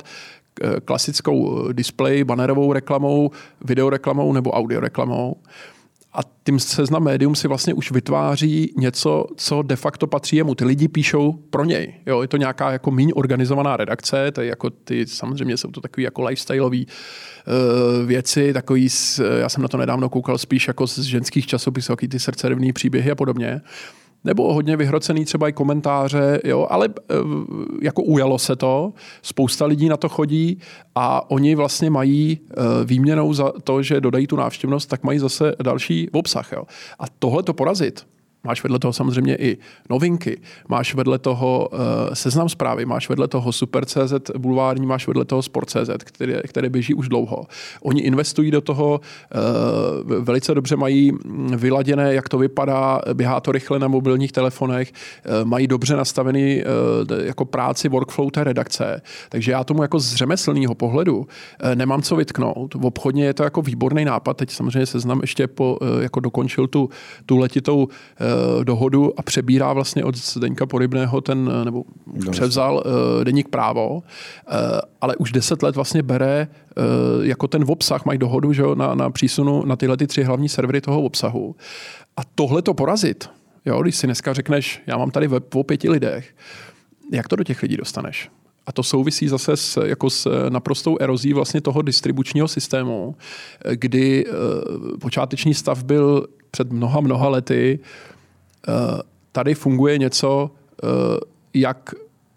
klasickou display, bannerovou reklamou, videoreklamou nebo audioreklamou. A tím Seznam Medium si vlastně už vytváří něco, co de facto patří jemu. Ty lidi píšou pro něj. Jo, je to nějaká jako míň organizovaná redakce, to je jako ty, samozřejmě jsou to takový jako lifestyleový uh, věci, takový, já jsem na to nedávno koukal spíš jako z ženských časopisů, jaký ty srdcerivný příběhy a podobně. Nebo hodně vyhrocený třeba i komentáře, jo, ale jako ujalo se to, spousta lidí na to chodí a oni vlastně mají výměnou za to, že dodají tu návštěvnost, tak mají zase další obsah. Jo. A tohle to porazit, máš vedle toho samozřejmě i novinky, máš vedle toho uh, Seznam Zprávy, máš vedle toho Super tečka cé zet bulvární, máš vedle toho Sport tečka cé zet, které, které běží už dlouho. Oni investují do toho, uh, velice dobře mají vyladěné, jak to vypadá, běhá to rychle na mobilních telefonech, uh, mají dobře nastavený uh, jako práci workflow té redakce. Takže já tomu jako z řemeslného pohledu uh, nemám co vytknout. V obchodně je to jako výborný nápad. Teď samozřejmě Seznam ještě po, uh, jako dokončil tu, tu letitou uh, dohodu a přebírá vlastně od Zdeňka Porybného ten, nebo už převzal uh, deník Právo, uh, ale už deset let vlastně bere uh, jako ten obsah, mají dohodu, že, na, na přísunu na tyhle ty tři hlavní servery toho obsahu. A tohle to porazit, jo, když si dneska řekneš, já mám tady web o pěti lidech, jak to do těch lidí dostaneš? A to souvisí zase s, jako s naprostou erozí vlastně toho distribučního systému, kdy uh, počáteční stav byl před mnoha, mnoha lety. Uh, tady funguje něco, uh, jak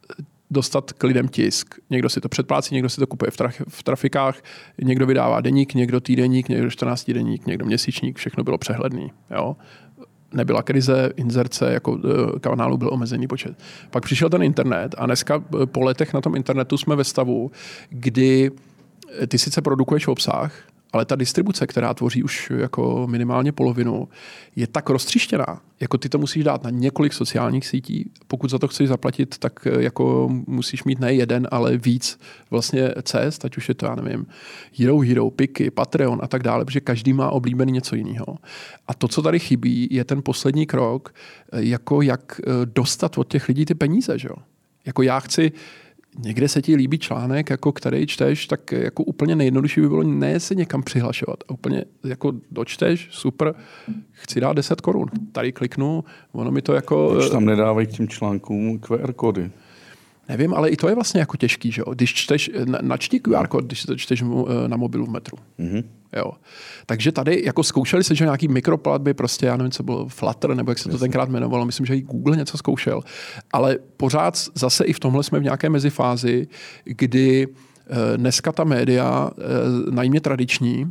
dostat k lidem tisk. Někdo si to předplácí, někdo si to kupuje v, traf, v trafikách, někdo vydává deník, někdo týdeník, někdo čtrnáctidenník, někdo měsíčník, všechno bylo přehledný. Jo? Nebyla krize, inzerce, jako kanálu byl omezený počet. Pak přišel ten internet a dneska po letech na tom internetu jsme ve stavu, kdy ty sice produkuješ obsah, ale ta distribuce, která tvoří už jako minimálně polovinu, je tak roztříštěná. Jako ty to musíš dát na několik sociálních sítí. Pokud za to chceš zaplatit, tak jako musíš mít ne jeden, ale víc vlastně cest, ať už je to, já nevím, Hero Hero, Piky, Patreon a tak dále, protože každý má oblíbený něco jiného. A to, co tady chybí, je ten poslední krok, jako jak dostat od těch lidí ty peníze, že jo? Jako já chci někde se ti líbí článek, jako který čteš, tak jako úplně nejjednodušší by bylo ne se někam přihlašovat. A úplně jako dočteš, super, chci dát deset korun. Tady kliknu, ono mi to jako... Proč tam nedávají k těm článkům Q R kódy? Nevím, ale i to je vlastně jako těžký, že jo? Když čteš, načti Q R kód, když to čteš na mobilu v metru. Mm-hmm. Jo. Takže tady jako zkoušeli se, že nějaký mikroplatby, prostě já nevím, co bylo Flutter, nebo jak se to Jasně. tenkrát jmenovalo, myslím, že i Google něco zkoušel, ale pořád zase i v tomhle jsme v nějaké mezifázi, kdy eh, dneska ta média, eh, najmě tradiční,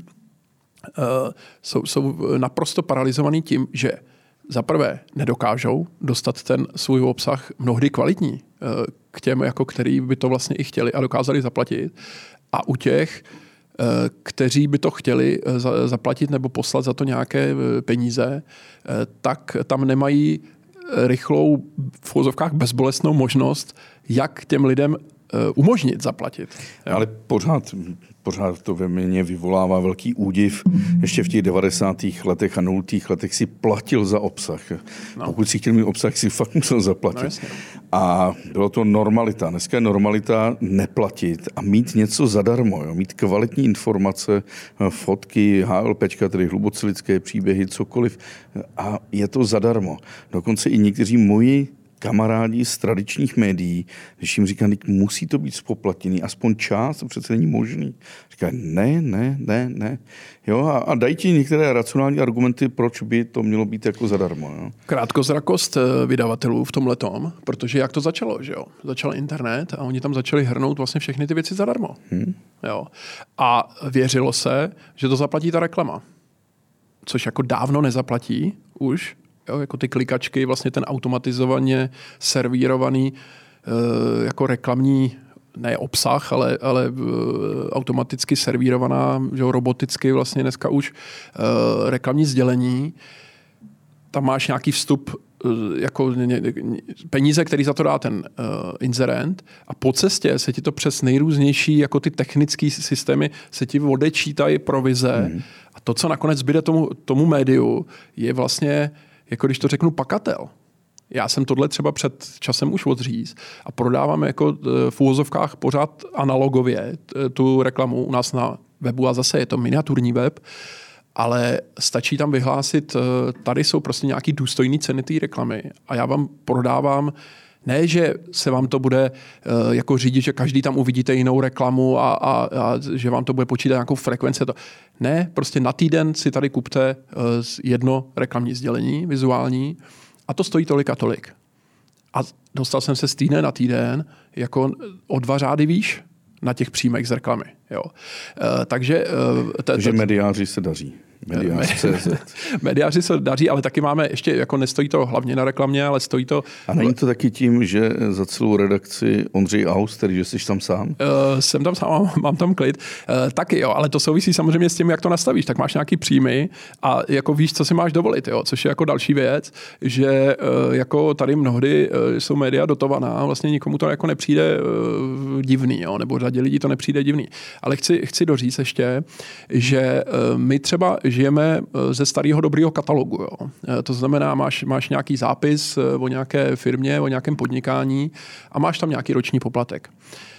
eh, jsou, jsou naprosto paralizovaný tím, že za prvé nedokážou dostat ten svůj obsah mnohdy kvalitní eh, k těm, jako který by to vlastně i chtěli a dokázali zaplatit. A u těch kteří by to chtěli zaplatit nebo poslat za to nějaké peníze, tak tam nemají rychlou, v uvozovkách bezbolestnou možnost, jak těm lidem umožnit zaplatit. Jo. Ale pořád, pořád to ve mně vyvolává velký údiv. Ještě v těch devadesátých letech a nultých letech si platil za obsah. No. Pokud si chtěl mít obsah, si fakt musel zaplatit. No, a bylo to normalita. Dneska je normalita neplatit a mít něco zadarmo. Jo? Mít kvalitní informace, fotky, HLPčka, tedy hluboce lidské příběhy, cokoliv. A je to zadarmo. Dokonce i někteří moji kamarádi z tradičních médií, když jim říkám, musí to být spoplatněný, aspoň část, to přece není možný. Říkají, ne, ne, ne, ne. Jo, a, a dají ti některé racionální argumenty, proč by to mělo být jako zadarmo. Jo. Krátkozrakost vydavatelů v tomhletom, protože jak to začalo, že jo? Začal internet a oni tam začali hrnout vlastně všechny ty věci zadarmo. Hmm. Jo. A věřilo se, že to zaplatí ta reklama. Což jako dávno nezaplatí už, jo, jako ty klikačky, vlastně ten automatizovaně servírovaný e, jako reklamní, ne obsah, ale, ale e, automaticky servírovaná, že roboticky vlastně dneska už e, reklamní sdělení. Tam máš nějaký vstup jako peníze, který za to dá ten uh, inzerent a po cestě se ti to přes nejrůznější jako ty technické systémy se ti odečítají provize mm. a to, co nakonec zbyde tomu, tomu médiu, je vlastně, jako když to řeknu, pakatel. Já jsem tohle třeba před časem už odříz a prodávám jako v úvozovkách pořád analogově tu reklamu u nás na webu a zase je to miniaturní web, ale stačí tam vyhlásit, tady jsou prostě nějaký důstojný ceny té reklamy a já vám prodávám, ne, že se vám to bude jako řídit, že každý tam uvidíte jinou reklamu a, a, a že vám to bude počítat nějakou frekvenci. To. Ne, prostě na týden si tady kupte jedno reklamní sdělení vizuální a to stojí tolik a tolik. A dostal jsem se z týdne na týden jako o dva řády výš na těch příjmech z reklamy. Jo. E, takže... E, takže mediáři se daří. Mediáři, mediáři se daří, ale taky máme ještě, jako nestojí to hlavně na reklamě, ale stojí to... A není to taky tím, že za celou redakci Ondřej Aus, tedy že jsi tam sám? Uh, jsem tam sám, mám, mám tam klid. Uh, taky jo, ale to souvisí samozřejmě s tím, jak to nastavíš. Tak máš nějaký příjmy a jako víš, co si máš dovolit, jo, což je jako další věc, že uh, jako tady mnohdy uh, jsou média dotovaná, vlastně nikomu to jako nepřijde uh, divný, jo, nebo řadě lidí to nepřijde divný. Ale chci, chci doříct ještě, že uh, my třeba žijeme ze starého dobrého katalogu. Jo. To znamená, máš, máš nějaký zápis o nějaké firmě, o nějakém podnikání a máš tam nějaký roční poplatek.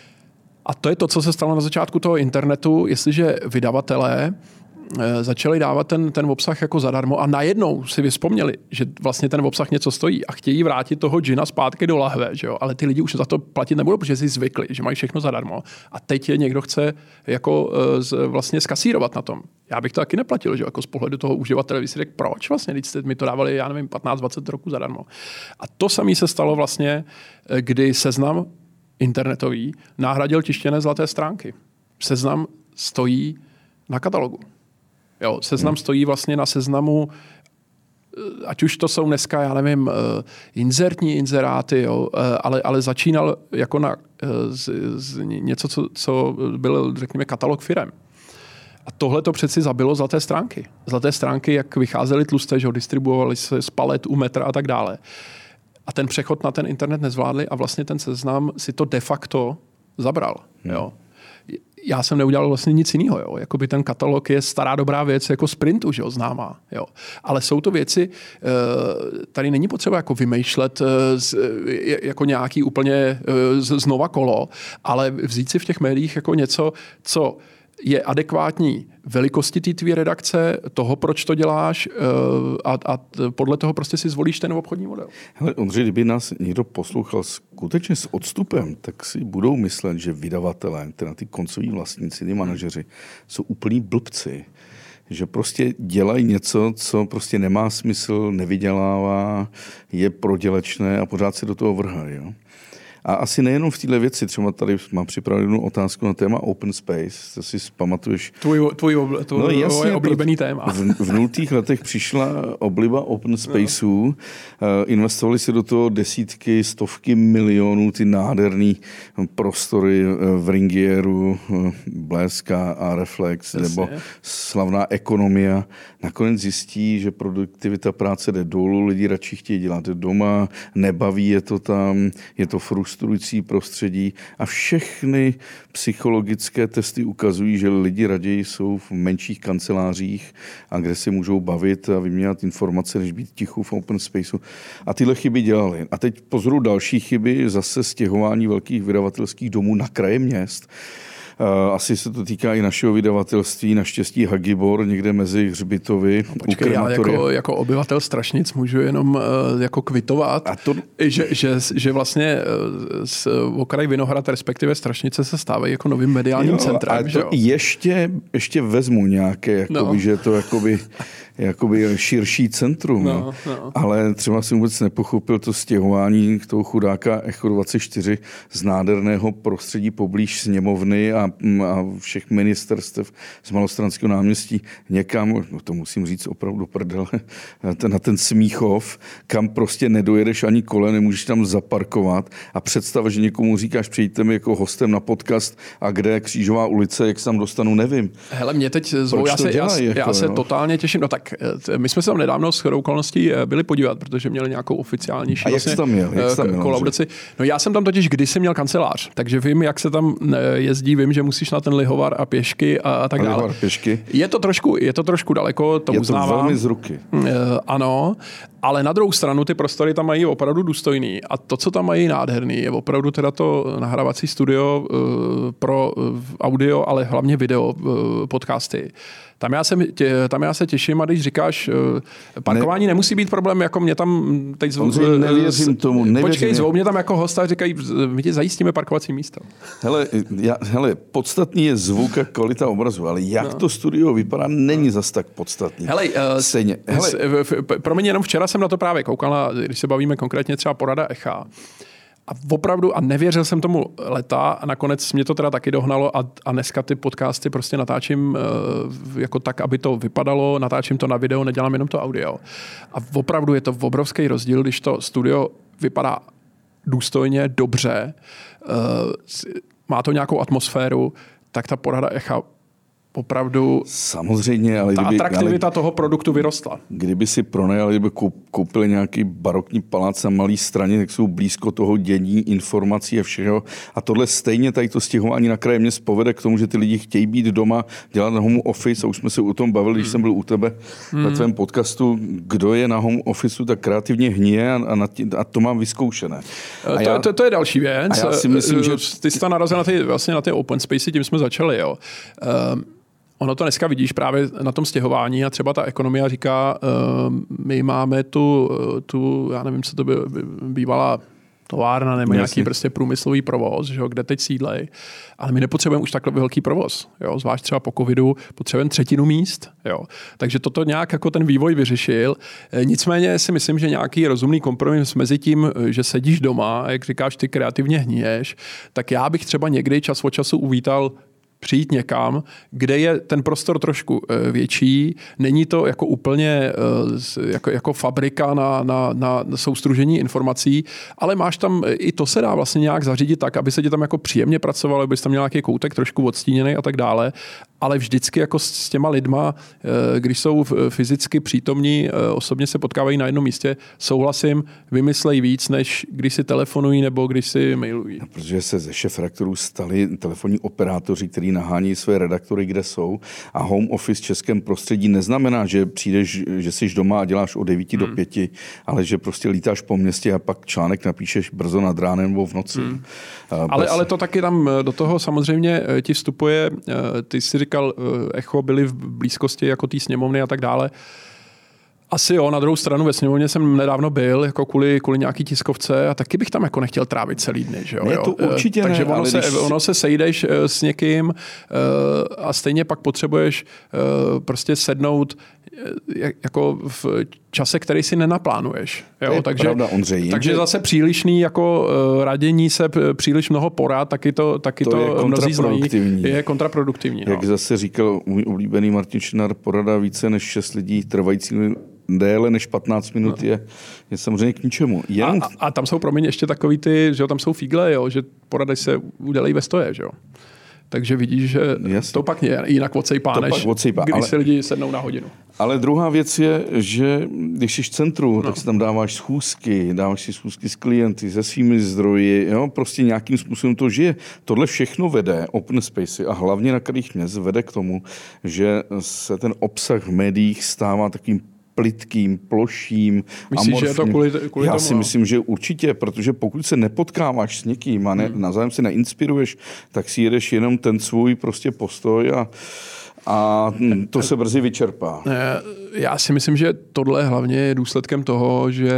A to je to, co se stalo na začátku toho internetu, jestliže vydavatelé začali dávat ten, ten obsah jako zadarmo a najednou si vyspomněli, že vlastně ten obsah něco stojí a chtějí vrátit toho džina zpátky do lahve, že jo? Ale ty lidi už za to platit nebudou, protože si zvykli, že mají všechno zadarmo a teď je někdo chce jako z, vlastně skasírovat na tom. Já bych to taky neplatil, že jo? Jako z pohledu toho uživatele, když si řekl, proč vlastně, když jste mi to dávali, já nevím, patnáct dvacet roků zadarmo. A to samé se stalo vlastně, kdy Seznam internetový nahradil tištěné zlaté stránky. Seznam stojí na katalogu. Jo, Seznam hmm. stojí vlastně na seznamu, ať už to jsou dneska, já nevím, inzertní inzeráty, jo, ale, ale začínal jako na z, z něco, co, co byl, řekněme, katalog firem. A tohle to přeci zabilo zlaté stránky. Zlaté stránky, jak vycházely tlusté, že ho distribuovali se z palet u metra a tak dále. A ten přechod na ten internet nezvládli a vlastně ten Seznam si to de facto zabral. Hmm. Jo. Já jsem neudělal vlastně nic jiného. Jo. Jakoby ten katalog je stará dobrá věc jako z printu, že jo, známá. Jo. Ale jsou to věci, tady není potřeba jako vymýšlet jako nějaký úplně znova kolo, ale vzít si v těch médiích jako něco, co je adekvátní velikosti té tvý redakce, toho, proč to děláš a, a podle toho prostě si zvolíš ten obchodní model. Hele, Ondřej, kdyby nás někdo poslouchal skutečně s odstupem, tak si budou myslet, že vydavatelé, teda ty koncoví vlastníci, ty manažeři, jsou úplní blbci. Že prostě dělají něco, co prostě nemá smysl, nevydělává, je prodělečné a pořád se do toho vrhají. Jo? A asi nejenom v této věci, třeba tady mám připravenou otázku na téma open space, to si pamatuješ. Tvůj, tvůj, tvůj no, jasně, oblíbený téma. V, v nultých letech přišla obliba open spaceů, no. Investovali si do toho desítky, stovky milionů, ty nádherný prostory v Ringieru, Bleska a Reflex, jasně. Nebo slavná ekonomia. Nakonec zjistí, že produktivita práce jde dolů, lidi radši chtějí dělat doma, nebaví je to tam, je to frustrující prostředí a všechny psychologické testy ukazují, že lidi raději jsou v menších kancelářích a kde si můžou bavit a vyměňovat informace, než být tichu v open spaceu. A tyhle chyby dělali. A teď pozoru další chyby, zase stěhování velkých vydavatelských domů na kraje měst. Asi se to týká i našeho vydavatelství, naštěstí Hagibor, někde mezi Hřbitovy. No, počkej, já jako, jako obyvatel Strašnic můžu jenom uh, jako kvitovat, a to... že, že, že vlastně uh, z okraj Vinohrad, respektive Strašnice se stávají jako novým mediálním jo, centrem. A to ještě, ještě vezmu nějaké, jakoby, no. Že to jakoby, jakoby širší centrum. No, no. Ale třeba jsem vůbec nepochopil to stěhování toho chudáka Echo dvacet čtyři z nádherného prostředí poblíž sněmovny a a všech ministerstev z Malostranského náměstí někam, no to musím říct opravdu prdele, na ten Smíchov, kam prostě nedojedeš ani kole, nemůžeš tam zaparkovat a představ, že někomu říkáš, přijďte mi jako hostem na podcast a kde Křížová ulice, jak se tam dostanu, nevím. Hele, mě teď zvou, já se, dělají, já, jako, já se totálně těším, no tak tak, my jsme se tam nedávno s chodou okolností byli podívat, protože měli nějakou oficiálnější a jak jsi tam měl? Jak jsi tam měl kolaudaci. No já jsem tam totiž kdysi měl kancelář, takže vím, jak se tam jezdí, vím, že musíš na ten lihovar a pěšky a, a tak a dále. Lihovar, pěšky. Je to trošku, je to trošku daleko, to je uznávám. Je to velmi z ruky. Uh, ano, ale na druhou stranu ty prostory tam mají opravdu důstojný a to, co tam mají nádherný, je opravdu teda to nahrávací studio uh, pro uh, audio, ale hlavně video uh, podcasty. Tam já, se, tě, tam já se těším a když říkáš, parkování ne. nemusí být problém, jako mě tam teď zvou... Nevěřím tomu, nevěřím. Počkej, zvou mě tam jako hosta a říkají, my ti zajistíme parkovací místo. Hele, já, hele, podstatný je zvuk a kvalita obrazu, ale jak no. to studio vypadá, není zas tak podstatný. Hele, Stejně. Hele. Promiň, jenom včera jsem na to právě koukal, na, když se bavíme konkrétně třeba porada Echa. A opravdu, a nevěřil jsem tomu leta a nakonec mě to teda taky dohnalo a, a dneska ty podcasty prostě natáčím uh, jako tak, aby to vypadalo, natáčím to na video, nedělám jenom to audio. A opravdu je to obrovský rozdíl, když to studio vypadá důstojně, dobře, uh, má to nějakou atmosféru, tak ta porada Echa opravdu samozřejmě, ale ta kdyby, atraktivita ale toho produktu vyrostla. Kdyby si pronajali, kdyby koupili nějaký barokní palác na malý straně, tak jsou blízko toho dění, informací a všeho. A tohle stejně tady to stěhování na kraji měst povede k tomu, že ty lidi chtějí být doma, dělat na home office a už jsme se o tom bavili, když hmm. jsem byl u tebe hmm. na tvém podcastu, kdo je na home officeu, tak kreativně hníje a, a, tí, a to mám vyzkoušené. A to, já, to, to je další věc. A já si myslím, že ty jsi tam narazil na ty, vlastně na ty open spacey, tím jsme začali, jo. Um, Ono to dneska vidíš právě na tom stěhování a třeba ta ekonomia říká, uh, my máme tu, tu, já nevím, co to by, by bývala továrna nebo nějaký prostě průmyslový provoz, že jo, kde teď sídlej, ale my nepotřebujeme už takhle velký provoz, jo, zvlášť třeba po covidu potřebujeme třetinu míst, jo. Takže toto nějak jako ten vývoj vyřešil. Nicméně si myslím, že nějaký rozumný kompromis mezi tím, že sedíš doma a jak říkáš, ty kreativně hníješ, tak já bych třeba někdy čas od času uvítal přijít někam, kde je ten prostor trošku větší, není to jako úplně jako, jako fabrika na, na, na soustružení informací, ale máš tam, i to se dá vlastně nějak zařídit tak, aby se ti tam jako příjemně pracovalo, aby jsi tam měl nějaký koutek trošku odstíněný a tak dále, ale vždycky jako s těma lidma, když jsou fyzicky přítomní, osobně se potkávají na jednom místě, souhlasím, vymyslej víc, než když si telefonují nebo když si mailují. No, protože se ze šéfredaktorů stali telefonní operátoři, kteří nahání své redaktory, kde jsou, a home office v českém prostředí neznamená, že přijdeš, že jsi doma a děláš od devíti hmm. do pěti, ale že prostě lítáš po městě a pak článek napíšeš brzo nad ránem nebo v noci. Hmm. Ale, ale to taky tam do toho samozřejmě ti vstupuje, ty jsi říkal, Echo byli v blízkosti jako té sněmovny a tak dále. Asi jo, na druhou stranu ve sněmovně jsem nedávno byl, jako kvůli, kvůli nějaký tiskovce a taky bych tam jako nechtěl trávit celý dny, že jo. Ne, to určitě Takže ne, ono, se, když... ono se sejdeš s někým a stejně pak potřebuješ prostě sednout jako v čase, který si nenaplánuješ. Jo? Je takže pravda, Ondřej, takže zase přílišný jako radění se, příliš mnoho porad, taky to, taky to, to je kontraproduktivní. Je kontraproduktivní. Jak no. zase říkal můj oblíbený Martin Šinár, porada více než šest lidí trvající déle než patnáct minut no. je, je samozřejmě k ničemu. Jen... A, a, a tam jsou pro mě ještě takový ty, že jo, tam jsou fígle, jo, že porady se udělají ve stoje, že jo. Takže vidíš, že Jasně. to pak je jinak odsejpá, než odsejpá, když ale, si lidi sednou na hodinu. Ale druhá věc je, že když jsi v centru, no. tak si tam dáváš schůzky, dáváš si schůzky s klienty, se svými zdroji, jo, prostě nějakým způsobem to žije. Tohle všechno vede, open spacey a hlavně na krajích měst vede k tomu, že se ten obsah v médiích stává takým plitkým, ploším, Myslíš, amorfním. Že je to kvůli, kvůli Já tomu? si myslím, že určitě, protože pokud se nepotkáváš s někým a ne, hmm. navzájem se neinspiruješ, tak si jedeš jenom ten svůj prostě postoj a, a to se brzy vyčerpá. Já si myslím, že tohle hlavně je důsledkem toho, že,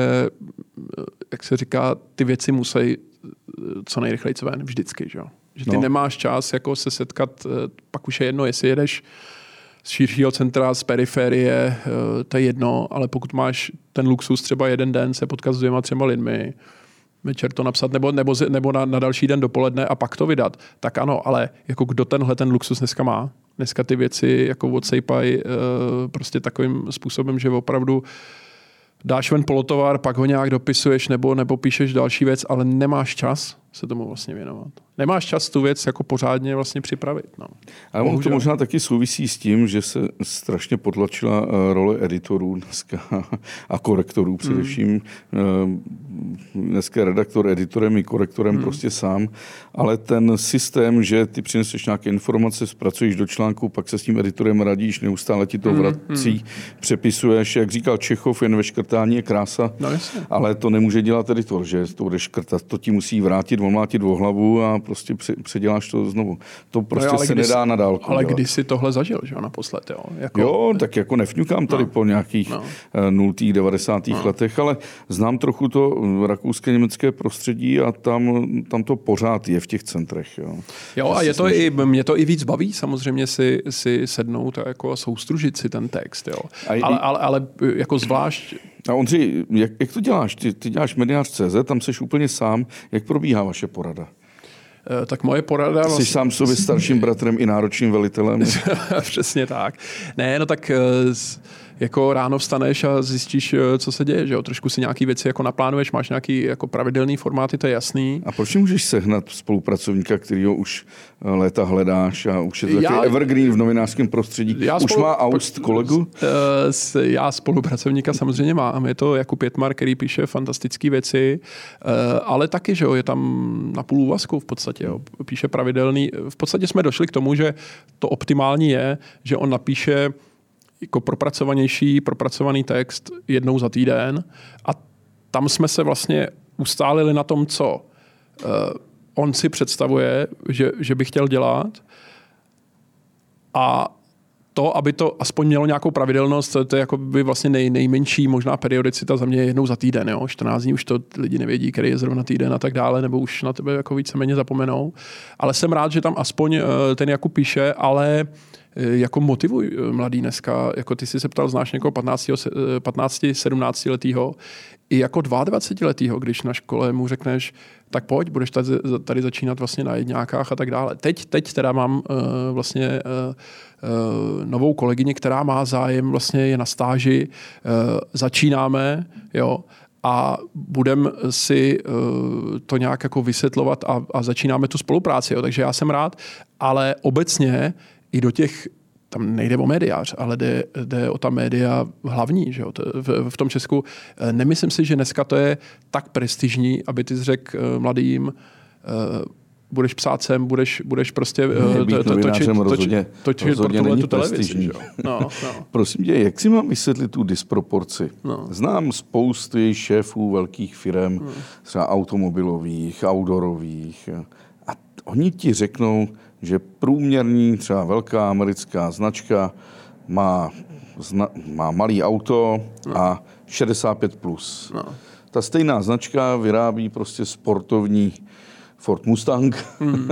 jak se říká, ty věci musí co nejrychleji ven vždycky. Že, že ty no. nemáš čas jako se setkat, pak už je jedno, jestli jedeš z širšího centra, z periferie, to je jedno, ale pokud máš ten luxus třeba jeden den se potkat s dvěma, třema lidmi, večer to napsat, nebo, nebo, nebo na, na další den dopoledne a pak to vydat, tak ano, ale jako kdo tenhle ten luxus dneska má? Dneska ty věci jako odsejpají uh, prostě takovým způsobem, že opravdu dáš ven polotovar, pak ho nějak dopisuješ nebo, nebo píšeš další věc, ale nemáš čas se tomu vlastně věnovat. Nemáš čas tu věc jako pořádně vlastně připravit. No. Ale ono to možná taky souvisí s tím, že se strašně potlačila role editorů dneska a korektorů především. Mm. Dneska redaktor editorem i korektorem mm. prostě sám, ale ten systém, že ty přineseš nějaké informace, zpracuješ do článku, pak se s tím editorem radíš, neustále ti to vrací, mm. přepisuješ, jak říkal Čechov, jen ve škrtání je krása, no, ale to nemůže dělat editor, že to bude škrtat, to ti musí vrátit, omlátit o hlavu a prostě předěláš to znovu. To prostě no, se nedá na dálku. Ale dělat. Když si tohle zažil, že jo, naposled, jo? Jako... Jo, tak jako nefňukám tady no. po nějakých no. nultých, devadesátých no. letech, ale znám trochu to rakouské, německé prostředí a tam, tam to pořád je v těch centrech. Jo, jo a je to i, mě to i víc baví samozřejmě si, si sednout a jako soustružit si ten text, jo. A ale, ale, ale jako zvlášť A Ondřej, jak, jak to děláš? Ty, ty děláš mediář tečka cé zet, tam jsi úplně sám. Jak probíhá vaše porada? E, tak moje porada... Jsi vlastně... sám sobě starším bratrem i náročným velitelem? Přesně tak. Ne, no tak jako ráno vstaneš a zjistíš, co se děje, že jo? Trošku si nějaký věci jako naplánuješ, máš nějaký jako pravidelný formáty, to je jasný. A proč můžeš sehnat spolupracovníka, kterýho už léta hledáš a už je to takový evergreen v novinářském prostředí? Já už spolu... má Aust kolegu? Já spolupracovníka samozřejmě mám. Je to Jakub Jetmar, který píše fantastické věci, ale taky, že jo, je tam na půl úvazku v podstatě, jo. Píše pravidelný. V podstatě jsme došli k tomu, že to optimální je, že on napíše jako propracovanější, propracovaný text jednou za týden a tam jsme se vlastně ustálili na tom, co uh, on si představuje, že, že by chtěl dělat a to, aby to aspoň mělo nějakou pravidelnost, to je jako by vlastně nej, nejmenší možná periodicita za mě jednou za týden. Jo? čtrnáct dní už to lidi nevědí, který je zrovna týden a tak dále, nebo už na tebe jako víceméně zapomenou. Ale jsem rád, že tam aspoň uh, ten Jakub píše, ale jako motivuj mladý dneska, jako ty jsi se ptal, znáš někoho patnáct sedmnáct letýho, i jako dvacet letýho, když na škole mu řekneš, tak pojď, budeš tady, tady začínat vlastně na jedňákách a tak dále. Teď, teď teda mám uh, vlastně uh, uh, novou kolegyni, která má zájem, vlastně je na stáži, uh, začínáme, jo, a budeme si uh, to nějak jako vysvětlovat a, a začínáme tu spolupráci, jo. Takže já jsem rád, ale obecně i do těch, tam nejde o médiář, ale jde, jde o ta média hlavní. Že jo? V, v tom Česku nemyslím si, že dneska to je tak prestižní, aby ty jsi řekl mladým, uh, budeš psát sem, budeš, budeš prostě uh, to, to, točit, rozhodně, točit rozhodně pro není tu televizi. No, no. Prosím tě, jak si mám vysvětlit tu disproporci? No. Znám spousty šéfů velkých firem, no. třeba automobilových, outdoorových, a oni ti řeknou, že průměrní, třeba velká americká značka má, zna, má malý auto no. a šedesát pět plus. No. Ta stejná značka vyrábí prostě sportovní Ford Mustang mm.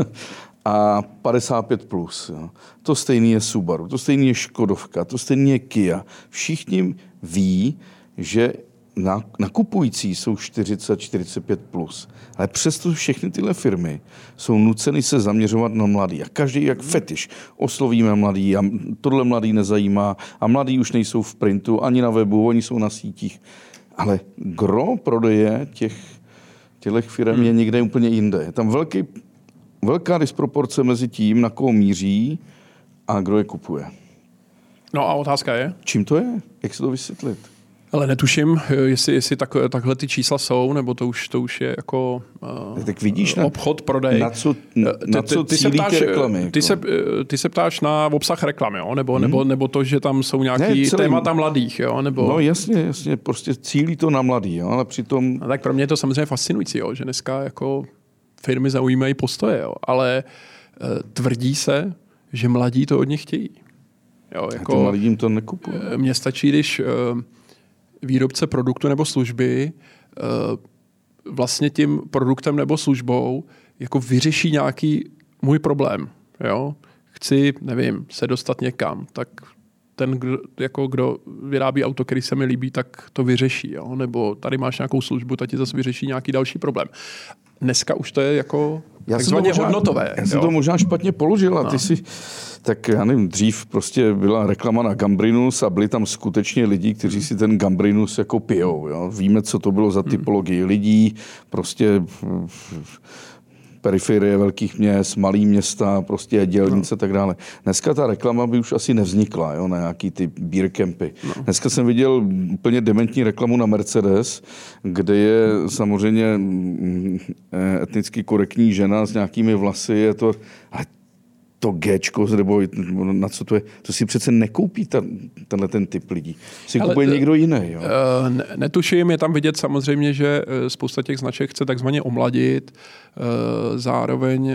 a padesát pět plus. Jo. To stejný je Subaru, to stejný je Škodovka, to stejný je Kia. Všichni ví, že nakupující jsou čtyřicet čtyřicet pět plus. Ale přesto všechny tyhle firmy jsou nuceny se zaměřovat na mladý. A každý jak fetiš. Oslovíme mladý a tohle mladý nezajímá. A mladý už nejsou v printu ani na webu, oni jsou na sítích. Ale gro prodeje těch těchto firm hmm. je někde úplně jinde. Je tam velký, velká disproporce mezi tím, na koho míří a kdo je kupuje. No a otázka je? Čím to je? Jak se to vysvětlit? Ale netuším, jestli, jestli tak, takhle ty čísla jsou, nebo to už, to už je jako uh, tak vidíš, obchod, prodej. Na co, na co ty, ty, cílí ty reklamy? Ty, jako? se, ty se ptáš na obsah reklamy, jo? Nebo, hmm. nebo, nebo to, že tam jsou nějaký ne, celý... témata mladých. Jo? Nebo... No jasně, jasně, prostě cílí to na mladý, jo? Ale přitom... No, tak pro mě je to samozřejmě fascinující, jo? Že dneska jako firmy zaujímají postoje, jo? Ale uh, tvrdí se, že mladí to od nich chtějí. Jo? Jako, a mladí jim to nekupují. Mně stačí, když... Uh, výrobce produktu nebo služby vlastně tím produktem nebo službou jako vyřeší nějaký můj problém. Jo? Chci, nevím, se dostat někam, tak ten, kdo, jako kdo vyrábí auto, který se mi líbí, tak to vyřeší. Jo? Nebo tady máš nějakou službu, tak ti zase vyřeší nějaký další problém. Dneska už to je jako já takzvaně možná, hodnotové. Já jsem to možná špatně položil a ty no. si, tak já nevím, dřív prostě byla reklama na Gambrinus a byli tam skutečně lidi, kteří si ten Gambrinus jako pijou. Jo? Víme, co to bylo za typologii lidí, prostě periferie velkých měst, malý města, prostě dělnice a no. tak dále. Dneska ta reklama by už asi nevznikla, jo, na nějaký ty beer campy. No. Dneska jsem viděl úplně dementní reklamu na Mercedes, kde je samozřejmě etnicky korektní žena s nějakými vlasy, je to... to Gčko, nebo na co to je, to si přece nekoupí ta, tenhle ten typ lidí. Si kupuje někdo jiný. Jo? Ne, netuším, je tam vidět samozřejmě, že spousta těch značek chce takzvaně omladit, zároveň...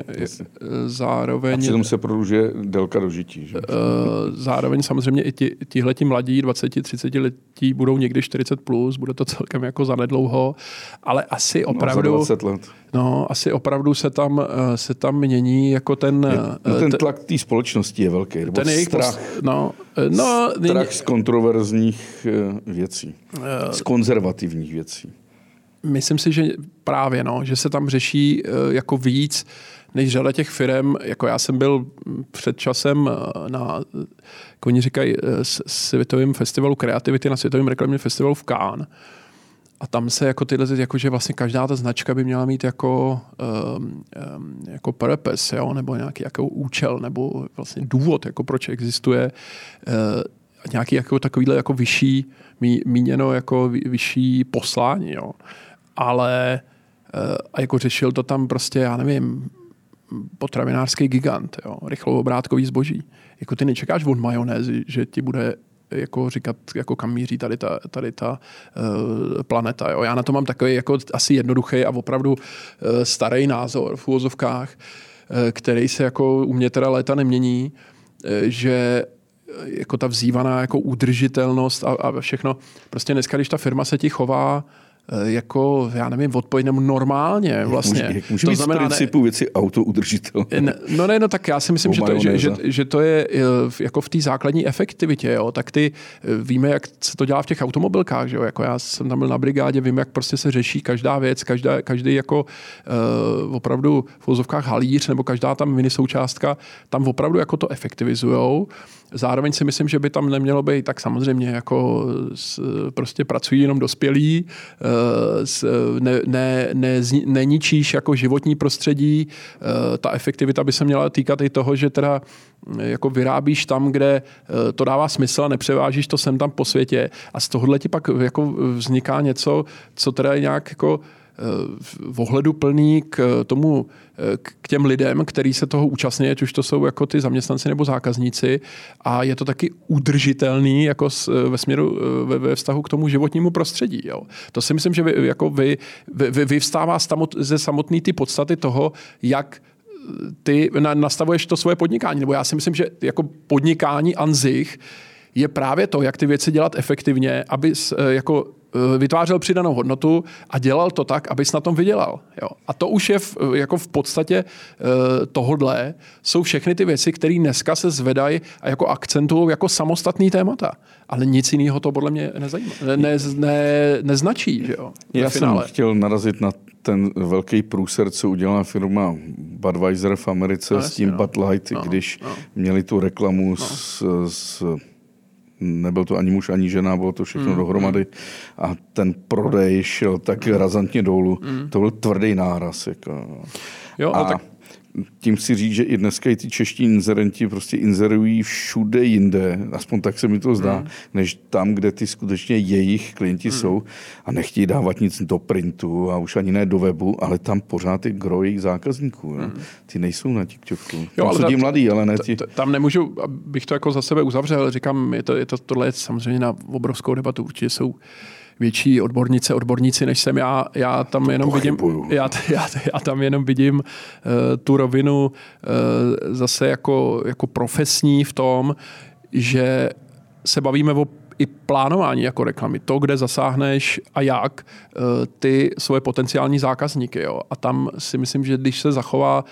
zároveň a přitom se prodlužuje délka dožití. Že? Zároveň samozřejmě i ti, tihleti mladí, dvacet třicet letí, budou někdy čtyřicet plus, bude to celkem jako zanedlouho, ale asi opravdu... No, za dvacet let. No, asi opravdu se tam, se tam mění jako ten... Je, no ten tlak té společnosti je velký. Nebo ten jejich strach. Pos, no, no, strach z kontroverzních věcí. Z konzervativních věcí. Myslím si, že právě, no, že se tam řeší jako víc, než řada těch firem. Jako já jsem byl před časem na, jako oni říkají, světovém festivalu kreativity, na světovém reklamním festivalu v Cannes. A tam se jako tyhle, jako že vlastně každá ta značka by měla mít jako, um, um, jako purpose, jo? Nebo nějaký jako účel, nebo vlastně důvod, jako proč existuje uh, nějaký jako takovýhle jako vyšší, mí, míněno jako vyšší poslání, jo? Ale uh, a jako řešil to tam prostě, já nevím, potravinářský gigant, jo? Rychloobrátkové zboží. Jako ty nečekáš od majonézy, že ti bude jako říkat, jako kam míří tady ta, tady ta uh, planeta. Jo. Já na to mám takový jako asi jednoduchý a opravdu uh, starý názor v úvozovkách, uh, který se jako u mě teda léta nemění, uh, že jako ta vzývaná jako udržitelnost a, a všechno. Prostě dneska, když ta firma se ti chová jako, já nevím, odpovědnému normálně vlastně. Jak může, jak může to být znamená, z principu ne, věci autoudržitelné? No ne, no tak já si myslím, že to, že, že, že to je jako v té základní efektivitě, jo. Tak ty víme, jak se to dělá v těch automobilkách, že jo. Jako já jsem tam byl na brigádě, vím, jak prostě se řeší každá věc, každá, každý jako uh, opravdu v uvozovkách halíř nebo každá tam mini součástka, tam opravdu jako to efektivizujou. Zároveň si myslím, že by tam nemělo být, tak samozřejmě jako s, prostě pracují jenom dospělí, s, ne, ne, ne, neničíš jako životní prostředí, ta efektivita by se měla týkat i toho, že teda jako vyrábíš tam, kde to dává smysl a nepřevážíš to sem tam po světě a z tohohle ti pak jako vzniká něco, co teda je nějak jako v ohledu plný k tomu, k těm lidem, který se toho účastní, ať už to jsou jako ty zaměstnanci nebo zákazníci a je to taky udržitelný jako ve směru, ve, ve vztahu k tomu životnímu prostředí. Jo. To si myslím, že vy, jako vy, vy, vyvstává ze samotné ty podstaty toho, jak ty nastavuješ to svoje podnikání. Nebo já si myslím, že jako podnikání anzich je právě to, jak ty věci dělat efektivně, aby jako vytvářel přidanou hodnotu a dělal to tak, abys na tom vydělal. Jo. A to už je v, jako v podstatě tohodle jsou všechny ty věci, které dneska se zvedají a jako akcentují jako samostatný témata. Ale nic jiného to podle mě nezajímá. Ne, ne, ne, neznačí. Že jo, Já jsem chtěl narazit na ten velký průser, co udělala firma Budweiser v Americe no, s tím no. Bud Light, no, když no. měli tu reklamu no. s, s nebyl to ani muž, ani žena, bylo to všechno mm, dohromady mm. a ten prodej šel tak razantně dolů. Mm. To byl tvrdý náraz. Jako. Jo, a tak... tím si říct, že i dneska i ty čeští inzerenti prostě inzerují všude jinde, aspoň tak se mi to zdá, mm. než tam, kde ty skutečně jejich klienti mm. jsou a nechtějí dávat nic do printu a už ani ne do webu, ale tam pořád je gro jejich zákazníků. Mm. Ty nejsou na TikToku. Jo, tam jsou ti mladí, ale ne ti... Tam nemůžu, abych to jako za sebe uzavřel, říkám, je to, je to tohle je samozřejmě na obrovskou debatu, určitě jsou větší odbornice, odborníci, než jsem já. Já tam to jenom pochybuju. vidím, já, já, já tam jenom vidím uh, tu rovinu uh, zase jako, jako profesní v tom, že se bavíme o i plánování jako reklamy. To, kde zasáhneš a jak uh, ty svoje potenciální zákazníky. Jo. A tam si myslím, že když se zachová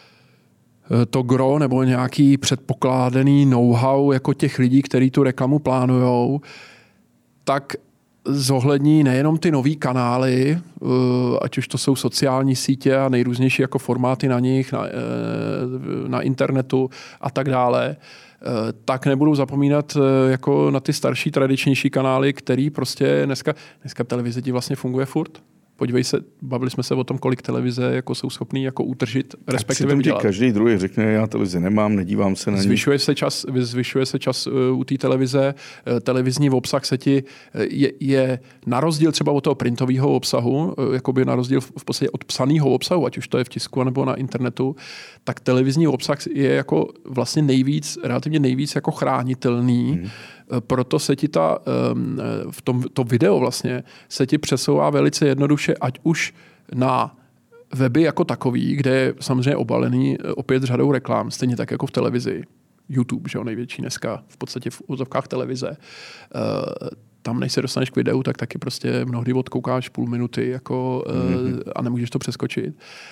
to gro nebo nějaký předpokládaný know-how jako těch lidí, kteří tu reklamu plánujou, tak zohlední nejenom ty nový kanály, ať už to jsou sociální sítě a nejrůznější jako formáty na nich, na, na internetu a tak dále, tak nebudou zapomínat jako na ty starší, tradičnější kanály, který prostě dneska, dneska televize ti vlastně funguje furt. Podívej se, bavili jsme se o tom, kolik televize jako jsou schopný jako utržit, respektive udělat. Každý druhý řekne, já televizi nemám, nedívám se na ní. Zvyšuje se čas, zvyšuje se čas u té televize, televizní obsah se ti je, je na rozdíl třeba od toho printového obsahu, jakoby na rozdíl v podstatě od psaného obsahu, ať už to je v tisku nebo na internetu, tak televizní obsah je jako vlastně nejvíc, relativně nejvíc jako chránitelný. Hmm. Proto se ti ta, v tom to video vlastně se ti přesouvá velice jednoduše, ať už na weby jako takový, kde je samozřejmě obalený opět řadou reklam, stejně tak jako v televizi. YouTube, že jo, největší dneska v podstatě v úzovkách televize. Tam, než se dostaneš k videu, tak taky prostě mnohdy odkoukáš půl minuty jako, mm-hmm. a nemůžeš to přeskočit.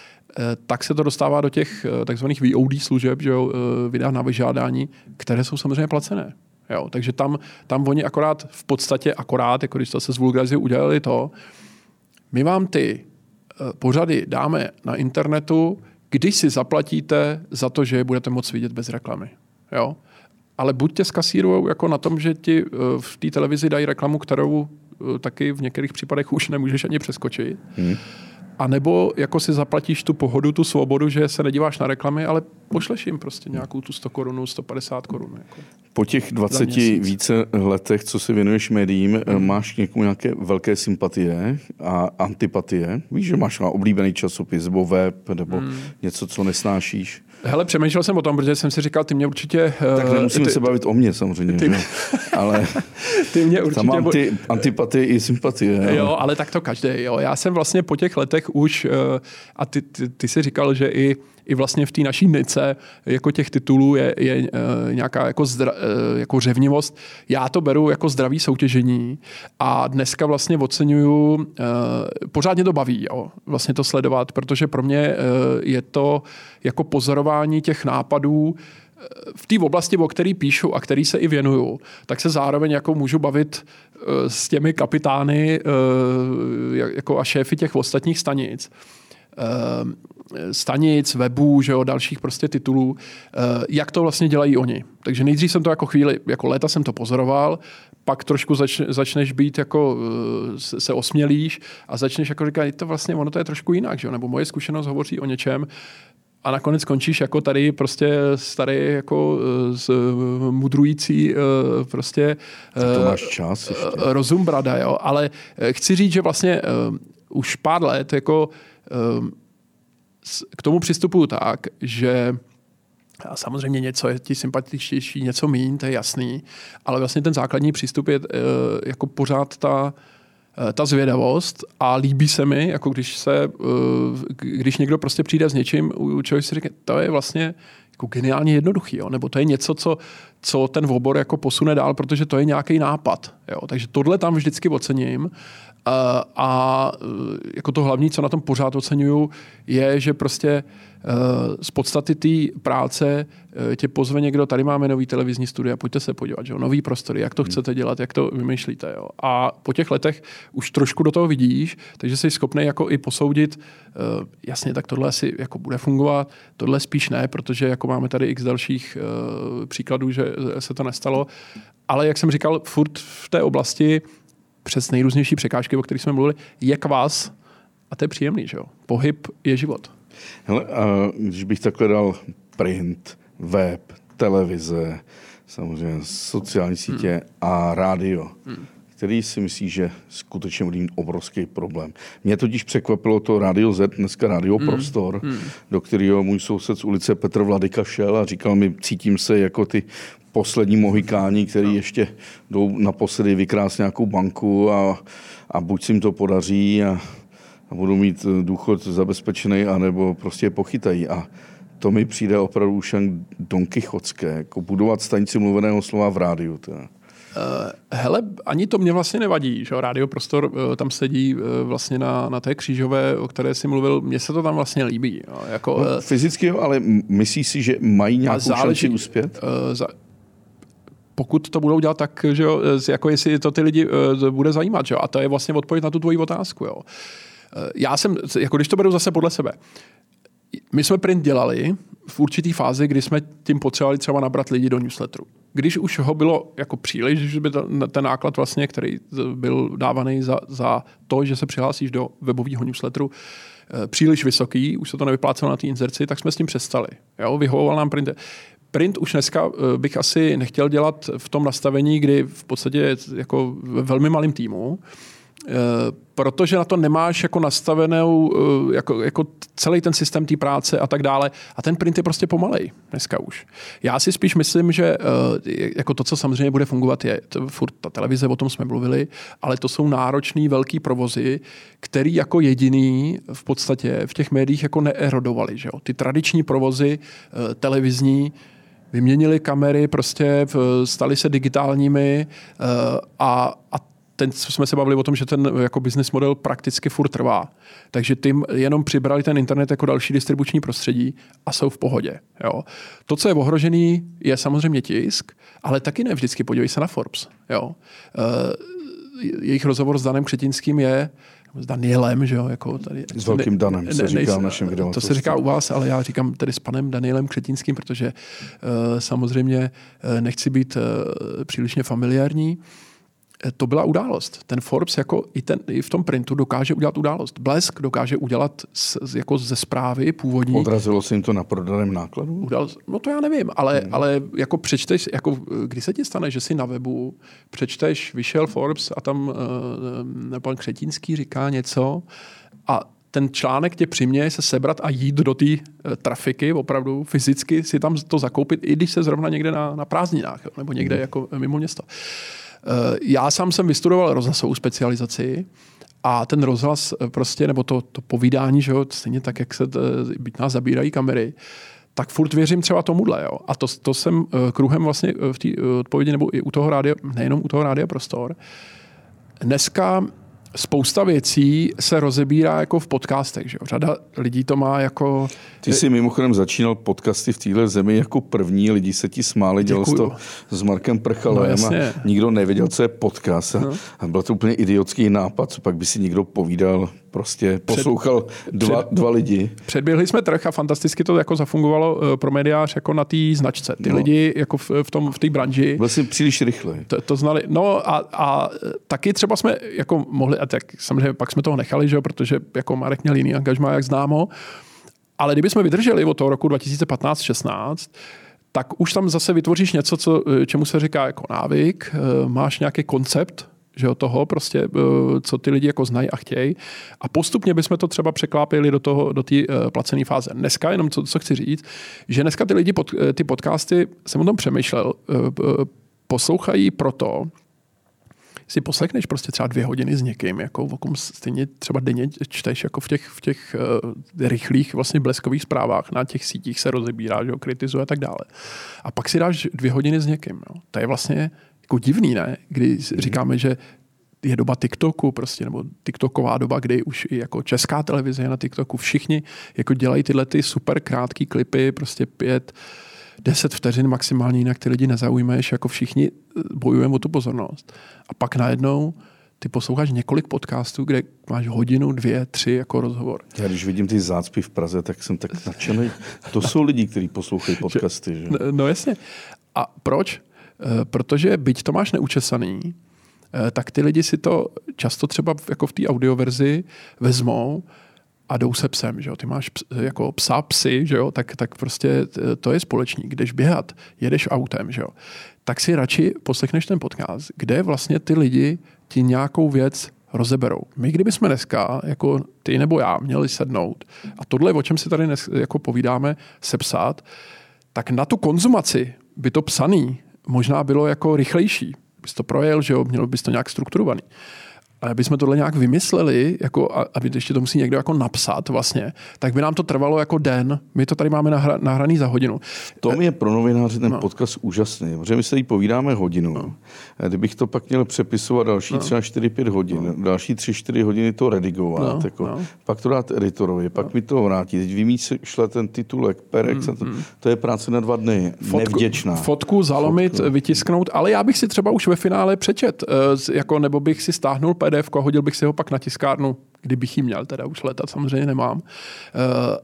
Tak se to dostává do těch takzvaných V O D služeb, že jo, videa na vyžádání, které jsou samozřejmě placené. Jo, takže tam, tam oni akorát v podstatě akorát, jako když to se z vulgarizy udělali to, my vám ty pořady dáme na internetu, když si zaplatíte za to, že je budete moct vidět bez reklamy. Jo? Ale buď tě skasírujou jako na tom, že ti v té televizi dají reklamu, kterou taky v některých případech už nemůžeš ani přeskočit. Hmm. A nebo jako si zaplatíš tu pohodu, tu svobodu, že se nedíváš na reklamy, ale pošleš jim prostě nějakou tu sto korun, sto padesát korun. Jako. Po těch dvaceti více letech, co se věnuješ médiím, hmm. máš k někomu nějaké velké sympatie a antipatie? Víš, že máš oblíbený časopis nebo web nebo hmm. něco, co nesnášíš? Hele, přemýšlel jsem o tom, protože jsem si říkal, ty mě určitě... Tak nemusíme ty, se bavit o mně samozřejmě, ty, ty, ale ty mě určitě... Tam mám ty antipatie i sympatie. Jo, jo ale tak to každý. Jo. Já jsem vlastně po těch letech už, a ty, ty, ty jsi říkal, že i i vlastně v té naší nice jako těch titulů je, je uh, nějaká jako, zdra, uh, jako řevnivost. Já to beru jako zdravý soutěžení a dneska vlastně oceňuju, uh, pořádně to baví, jo, vlastně to sledovat, protože pro mě uh, je to jako pozorování těch nápadů v té oblasti, o který píšu a který se i věnuju, tak se zároveň jako můžu bavit uh, s těmi kapitány uh, jako a šéfy těch ostatních stanic. Uh, stanic, webů, že jo, dalších prostě titulů, uh, jak to vlastně dělají oni. Takže nejdřív jsem to jako chvíli, jako léta jsem to pozoroval, pak trošku zač, začneš být jako, uh, se osmělíš a začneš jako říkat, to vlastně ono to je trošku jinak, že jo, nebo moje zkušenost hovoří o něčem, a nakonec skončíš jako tady prostě starý jako z, mudrující prostě to máš čas ještě. Rozum brada, jo. Ale chci říct, že vlastně uh, už pár let jako uh, k tomu přistupuju tak, že a samozřejmě něco je ti sympatičtější, něco míň, to je jasný, ale vlastně ten základní přístup je uh, jako pořád ta ta zvědavost a líbí se mi, jako když se, když někdo prostě přijde s něčím, u čeho si říká, to je vlastně jako geniálně jednoduchý, jo? Nebo to je něco, co, co ten obor jako posune dál, protože to je nějaký nápad. Jo? Takže tohle tam vždycky ocením a, a jako to hlavní, co na tom pořád oceňuju, je, že prostě z podstaty té práce tě pozve někdo, tady máme nový televizní studia, pojďte se podívat, že jo? Nový prostory, jak to chcete dělat, jak to vymýšlíte. Jo? A po těch letech už trošku do toho vidíš, takže jsi schopný jako i posoudit, uh, jasně, tak tohle asi jako bude fungovat, tohle spíš ne, protože jako máme tady x dalších uh, příkladů, že se to nestalo. Ale jak jsem říkal, furt v té oblasti přes nejrůznější překážky, o kterých jsme mluvili, je kvas a to je příjemný, že jo? Pohyb je život. Hele, a když bych takhle dal print, web, televize, samozřejmě sociální sítě hmm. a rádio, hmm. který si myslí, že skutečně bude mít obrovský problém. Mě totiž překvapilo to Rádio Z, dneska Rádio hmm. Prostor, hmm. do kterého můj soused z ulice Petr Vladyka šel a říkal mi, cítím se jako ty poslední mohikáni, který no. ještě jdou naposledy vykrást nějakou banku a, a buď si jim to podaří a a budou mít důchod zabezpečený, anebo prostě je pochytají. A to mi přijde opravdu už jen Don Kichotské, jako budovat stanici mluveného slova v rádiu. Teda. Uh, hele, ani to mě vlastně nevadí, že Rádio Prostor uh, tam sedí uh, vlastně na, na té křížové, o které jsi mluvil, mně se to tam vlastně líbí. Jo, jako, no, fyzicky jo, ale myslíš si, že mají nějakou záleží, šanci uspět? Uh, za, pokud to budou dělat tak, že jo, jako jestli to ty lidi uh, bude zajímat, že jo, a to je vlastně odpověď na tu tvoji otázku, jo. Já jsem, jako když to beru zase podle sebe, my jsme print dělali v určitý fázi, kdy jsme tím potřebovali třeba nabrat lidi do newsletteru. když už ho bylo jako příliš, že by ten náklad vlastně, který byl dávaný za, za to, že se přihlásíš do webového newsletteru, příliš vysoký, už se to nevyplácelo na té inzerci, tak jsme s tím přestali. Jo? Vyhovoval nám print. Print už dneska bych asi nechtěl dělat v tom nastavení, kdy v podstatě jako ve velmi malým týmu, protože na to nemáš jako nastavenou jako, jako celý ten systém té práce a tak dále. A ten print je prostě pomalej dneska už. Já si spíš myslím, že jako to, co samozřejmě bude fungovat, je to furt ta televize, o tom jsme mluvili, ale to jsou náročný velký provozy, který jako jediný v podstatě v těch médiích jako neerodovali. Že jo? Ty tradiční provozy televizní vyměnili kamery, prostě stali se digitálními a, a ten, jsme se bavili o tom, že ten jako business model prakticky furt trvá. Takže tím jenom přibrali ten internet jako další distribuční prostředí a jsou v pohodě. Jo. To, co je ohrožený, je samozřejmě tisk, ale taky ne vždycky. Podívej se na Forbes. Jo. E, jejich rozhovor s Danem Křetínským je s Danielem, že jo, jako tady. S velkým Danem, se říká v našem videu. To se říká u vás, ale já říkám tedy s panem Danielem Křetínským, protože uh, samozřejmě uh, nechci být uh, přílišně familiární. To byla událost. Ten Forbes jako i, ten, i v tom printu dokáže udělat událost. Blesk dokáže udělat z, jako ze zprávy původní. Odrazilo se jim to na prodaném nákladu? Událost, no to já nevím, ale, hmm. ale jako přečteš, jako kdy se ti stane, že si na webu přečteš, vyšel Forbes a tam uh, pan Křetínský říká něco a ten článek tě přiměje se sebrat a jít do té uh, trafiky, opravdu fyzicky si tam to zakoupit, i když se zrovna někde na, na prázdninách, jo, nebo někde hmm. jako mimo město. Já sám jsem vystudoval rozhlasovou specializaci a ten rozhlas prostě, nebo to, to povídání, že jo, stejně tak, jak se byť nás zabírají kamery, tak furt věřím třeba tomuhle. Jo. A to, to jsem kruhem vlastně v té odpovědi, nebo i u toho rádia, nejenom u toho Rádia Prostor. Dneska spousta věcí se rozebírá jako v podcastech. Že jo. Řada lidí to má jako... Ty jsi mimochodem začínal podcasty v téhle zemi jako první, lidi se ti smáli, dělal jsi to s Markem Prchalem no, a nikdo nevěděl, co je podcast. A, no. a byl to úplně idiotský nápad, co pak by si někdo povídal, prostě poslouchal před, dva, před, dva lidi. Předběhli jsme trh a fantasticky to jako zafungovalo pro médiář jako na té značce. Ty no. lidi jako v, v tom v té branži. Byl jsi příliš rychlej. To, to znali. No a, a taky třeba jsme jako mohli, a tak samozřejmě pak jsme toho nechali, že jo, protože jako Marek měl jiný angažmá, jak známo. Ale kdybychom vydrželi od toho roku dva tisíce patnáct šestnáct, tak už tam zase vytvoříš něco, co, čemu se říká jako návyk, máš nějaký koncept, že jo, toho prostě, co ty lidi jako znají a chtějí. A postupně bychom to třeba překlápili do toho, do té placené fáze. Dneska, jenom co, co chci říct, že dneska ty lidi, pod, ty podcasty, jsem o tom přemýšlel, poslouchají proto, si poslechneš prostě třeba dvě hodiny s někým, jako o kom stejně třeba denně čteš, jako v těch, v těch uh, rychlých vlastně bleskových zprávách, na těch sítích se rozebírá, že jo, kritizuje a tak dále. A pak si dáš dvě hodiny s někým. Jo. To je vlastně jako divný, ne? Kdy říkáme, že je doba TikToku, prostě, nebo TikToková doba, kdy už i jako česká televize je na TikToku, všichni jako dělají tyhle ty super krátký klipy, prostě pět, deset vteřin maximálně, jinak ty lidi nezaujmeš, jako všichni bojujeme o tu pozornost. A pak najednou ty posloucháš několik podcastů, kde máš hodinu, dvě, tři jako rozhovor. Já když vidím ty zácpy v Praze, tak jsem tak nadšený. To jsou lidi, kteří poslouchají podcasty. Že? No, no jasně. A proč? E, protože byť to máš neučesaný, e, tak ty lidi si to často třeba jako v té audioverzi vezmou a jdou se psem, že jo. Ty máš ps, jako psa, psy, že jo, tak, tak prostě to je společník. Jdeš běhat, jedeš autem, že jo. Tak si radši poslechneš ten podcast, kde vlastně ty lidi ti nějakou věc rozeberou. My kdybychom dneska, jako ty nebo já, měli sednout a tohle, o čem si tady dnes, jako povídáme, sepsat, tak na tu konzumaci by to psaný možná bylo jako rychlejší. Bys to projel, že jo, mělo bys to nějak strukturovaný. Ale abychom tohle nějak vymysleli, jako, a, a ještě to musí někdo jako napsat vlastně, tak by nám to trvalo jako den. My to tady máme nahra, nahraný za hodinu. To je pro novináře ten no. podcast úžasný, protože my se jí povídáme hodinu. No. Kdybych to pak měl přepisovat další no. třeba čtyři pět hodin, no. další tři čtyři hodiny to redigovat, no. Jako, no. pak to dát editorovi, pak no. mi to vrátit. Teď vymýšlet ten titulek, perex, mm, to, mm. to je práce na dva dny. Fotku, Nevděčná. Fotku zalomit, Fotku. vytisknout, ale já bych si třeba už ve finále přečet, jako, nebo bych si stáhnul P D F a hodil bych si ho pak na tiskárnu, kdybych ji měl, teda už letat samozřejmě nemám.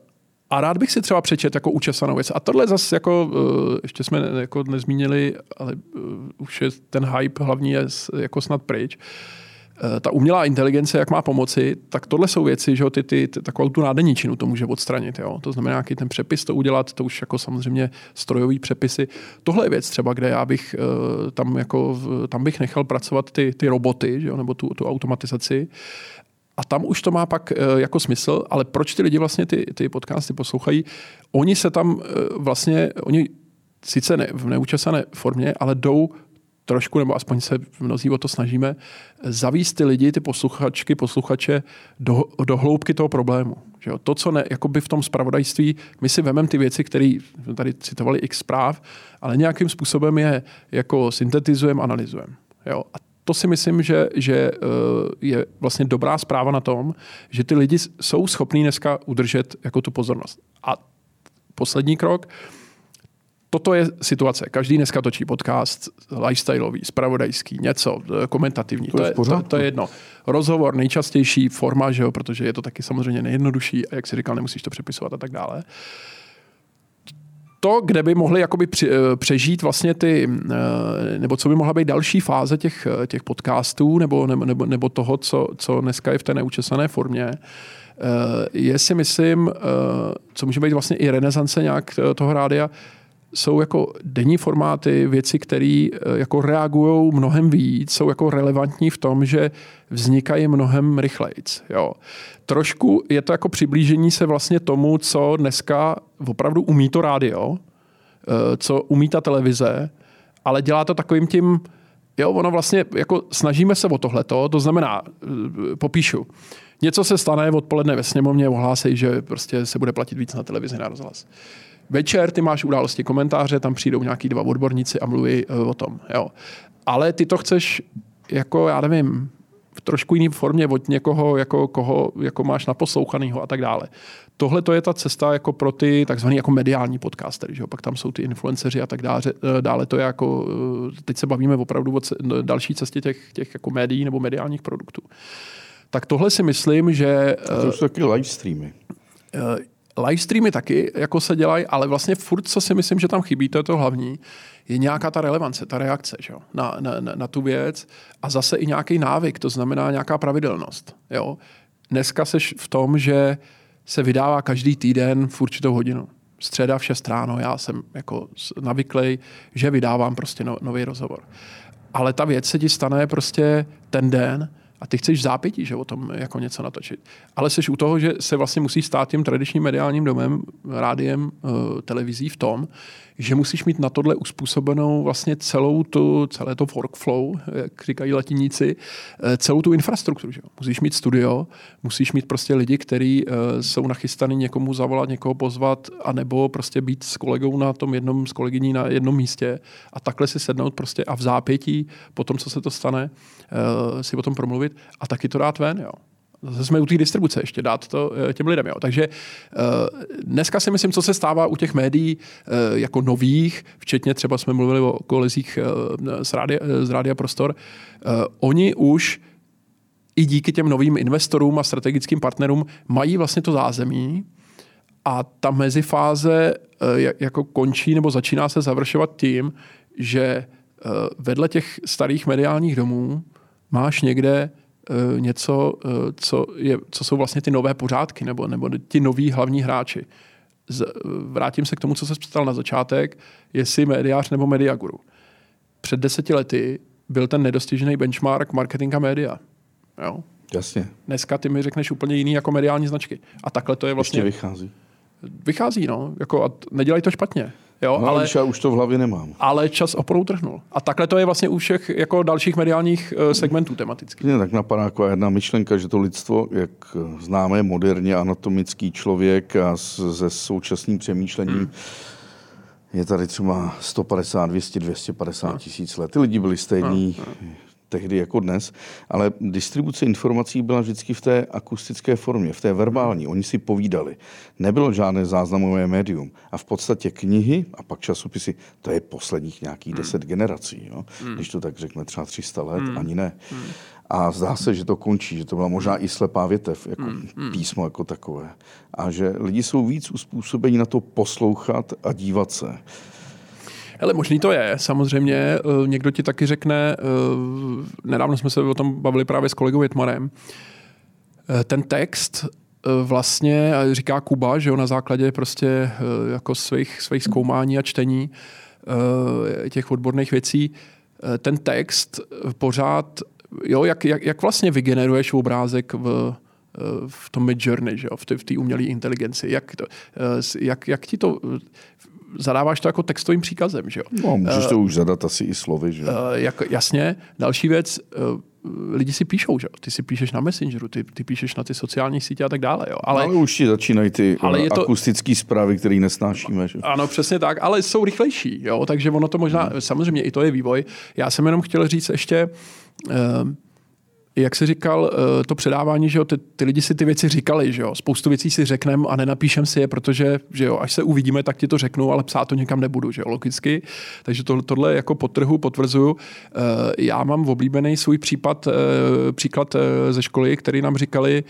A rád bych si třeba přečet jako učesanou věc. A tohle zase jako, ještě jsme jako nezmínili, ale už je ten hype hlavní je jako snad pryč. Ta umělá inteligence, jak má pomoci, tak tohle jsou věci, že ty, ty, ty takovou tu nádeníčinu to může odstranit. Jo? To znamená, nějaký ten přepis to udělat, to už jako samozřejmě strojový přepisy. Tohle je věc třeba, kde já bych tam, jako, tam bych nechal pracovat ty, ty roboty, že jo? Nebo tu, tu automatizaci. A tam už to má pak jako smysl, ale proč ty lidi vlastně ty, ty podcasty poslouchají? Oni se tam vlastně, oni sice ne, v neučesané formě, ale jdou trošku, nebo aspoň se mnozí o to snažíme, zavíst ty lidi, ty posluchačky, posluchače do, do hloubky toho problému. Že jo? To, co ne, jakoby v tom zpravodajství, my si vememe ty věci, které tady citovali x zpráv, ale nějakým způsobem je jako syntetizujeme, analyzujeme. Jo? A to si myslím, že, že je vlastně dobrá zpráva na tom, že ty lidi jsou schopní dneska udržet jako tu pozornost. A poslední krok, toto je situace. Každý dneska točí podcast, lifestyleový, zpravodajský, něco, komentativní. To, to, je, to, to je jedno. Rozhovor, nejčastější forma, že jo, protože je to taky samozřejmě nejjednodušší a jak jsi říkal, nemusíš to přepisovat a tak dále. To, kde by mohli jakoby přežít vlastně ty, nebo co by mohla být další fáze těch, těch podcastů, nebo, nebo, nebo toho, co, co dneska je v té neučesané formě, je si myslím, co může být vlastně i renesance nějak toho rádia, jsou jako denní formáty, věci, které jako reagují mnohem víc, jsou jako relevantní v tom, že vznikají mnohem rychlejc. Jo. Trošku je to jako přiblížení se vlastně tomu, co dneska opravdu umí to rádio, co umí ta televize, ale dělá to takovým tím, jo, ono vlastně jako snažíme se o tohleto, to znamená, popíšu, něco se stane odpoledne ve sněmovně, ohlásej, že prostě se bude platit víc na televizi, na rozhlas. Večer ty máš události, komentáře, tam přijdou nějaký dva odborníci a mluví uh, o tom. Jo. Ale ty to chceš, jako já nevím, v trošku jiný formě od někoho, jako koho jako máš naposlouchanýho a tak dále. Tohle to je ta cesta jako pro ty takzvaný jako mediální podcastery, že jo? Pak tam jsou ty influenceři a tak dále. Dále to je jako, teď se bavíme opravdu o další cestě těch, těch jako médií nebo mediálních produktů. Tak tohle si myslím, že... To jsou taky live streamy. Uh, Live streamy taky jako se dělají, ale vlastně furt, co si myslím, že tam chybí, to je to hlavní, je nějaká ta relevance, ta reakce, že? Na, na, na tu věc a zase i nějaký návyk, to znamená nějaká pravidelnost. Jo? Dneska seš v tom, že se vydává každý týden v určitou hodinu. Středa v šest ráno, já jsem jako navyklej, že vydávám prostě no, nový rozhovor. Ale ta věc se ti stane prostě ten den, a ty chceš v zápětí, že o tom jako něco natočit. Ale jsi u toho, že se vlastně musí stát tím tradičním mediálním domem, rádiem, televizí v tom, že musíš mít na tohle uspůsobenou vlastně celou tu, celé to workflow, jak říkají latiníci, celou tu infrastrukturu. Že? Musíš mít studio, musíš mít prostě lidi, kteří jsou nachystaný někomu zavolat, někoho pozvat, anebo prostě být s kolegou na tom jednom, s kolegyní na jednom místě a takhle si sednout prostě a v zápětí po tom, co se to stane, si o tom promluvit a taky to dát ven, jo. Zase jsme u té distribuce ještě dát to těm lidem. Jo. Takže dneska si myslím, co se stává u těch médií jako nových, včetně třeba jsme mluvili o kolezích z Rádia, z Rádia Prostor, oni už i díky těm novým investorům a strategickým partnerům mají vlastně to zázemí a ta mezifáze jako končí nebo začíná se završovat tím, že vedle těch starých mediálních domů máš někde něco, co, je, co jsou vlastně ty nové pořádky nebo, nebo ti noví hlavní hráči. Z, vrátím se k tomu, co se ptal na začátek, jestli mediář nebo mediaguru. Před deseti lety byl ten nedostižený benchmark marketing a média. Jo? Jasně. Dneska ty mi řekneš úplně jiný jako mediální značky. A takhle to je vlastně... Ještě vychází. Vychází, no. Jako, a nedělají to špatně. Jo, no, ale já už to v hlavě nemám. Ale čas opravdu trhnul. A takhle to je vlastně u všech jako dalších mediálních uh, segmentů tematických. Mě tak napadá jako jedna myšlenka, že to lidstvo, jak známe, moderně anatomický člověk a se současným přemýšlením hmm. je tady třeba sto padesát, dvě stě, dvě stě padesát tisíc let. Ty lidi byli stejní. Hmm. tehdy jako dnes, ale distribuce informací byla vždycky v té akustické formě, v té verbální. Oni si povídali. Nebylo žádné záznamové médium. A v podstatě knihy a pak časopisy, to je posledních nějakých deset generací. Jo? Když to tak řekne třeba tři sta let, ani ne. A zdá se, že to končí, že to byla možná i slepá větev, jako písmo jako takové. A že lidi jsou víc uspůsobení na to poslouchat a dívat se. Hele, možný to je, samozřejmě. Někdo ti taky řekne, nedávno jsme se o tom bavili právě s kolegou Jetmarem, ten text vlastně, říká Kuba, že jo, na základě prostě jako svých, svých zkoumání a čtení těch odborných věcí, ten text pořád, jo, jak, jak, jak vlastně vygeneruješ obrázek v, v tom Midjourney, že jo, v té umělé inteligenci, jak, to, jak, jak ti to... Zadáváš to jako textovým příkazem, že jo? No, můžeš to uh, už zadat asi i slovy, že jo? Uh, jak, jasně. Další věc, uh, lidi si píšou, že jo? Ty si píšeš na Messengeru, ty, ty píšeš na ty sociální sítě a tak dále, jo? Ale, ale už ti začínají ty to, akustické zprávy, které nesnášíme, že? Ano, přesně tak, ale jsou rychlejší, jo? Takže ono to možná, hmm. samozřejmě i to je vývoj. Já jsem jenom chtěl říct ještě... Uh, jak jsi říkal, to předávání, že jo, ty, ty lidi si ty věci říkali, že jo, spoustu věcí si řekneme a nenapíšem si je, protože, že jo, až se uvidíme, tak ti to řeknu, ale psát to někam nebudu, že jo, logicky. Takže to, tohle jako podtrhu, potvrzuju. Já mám oblíbený svůj případ, příklad ze školy, který nám říkali,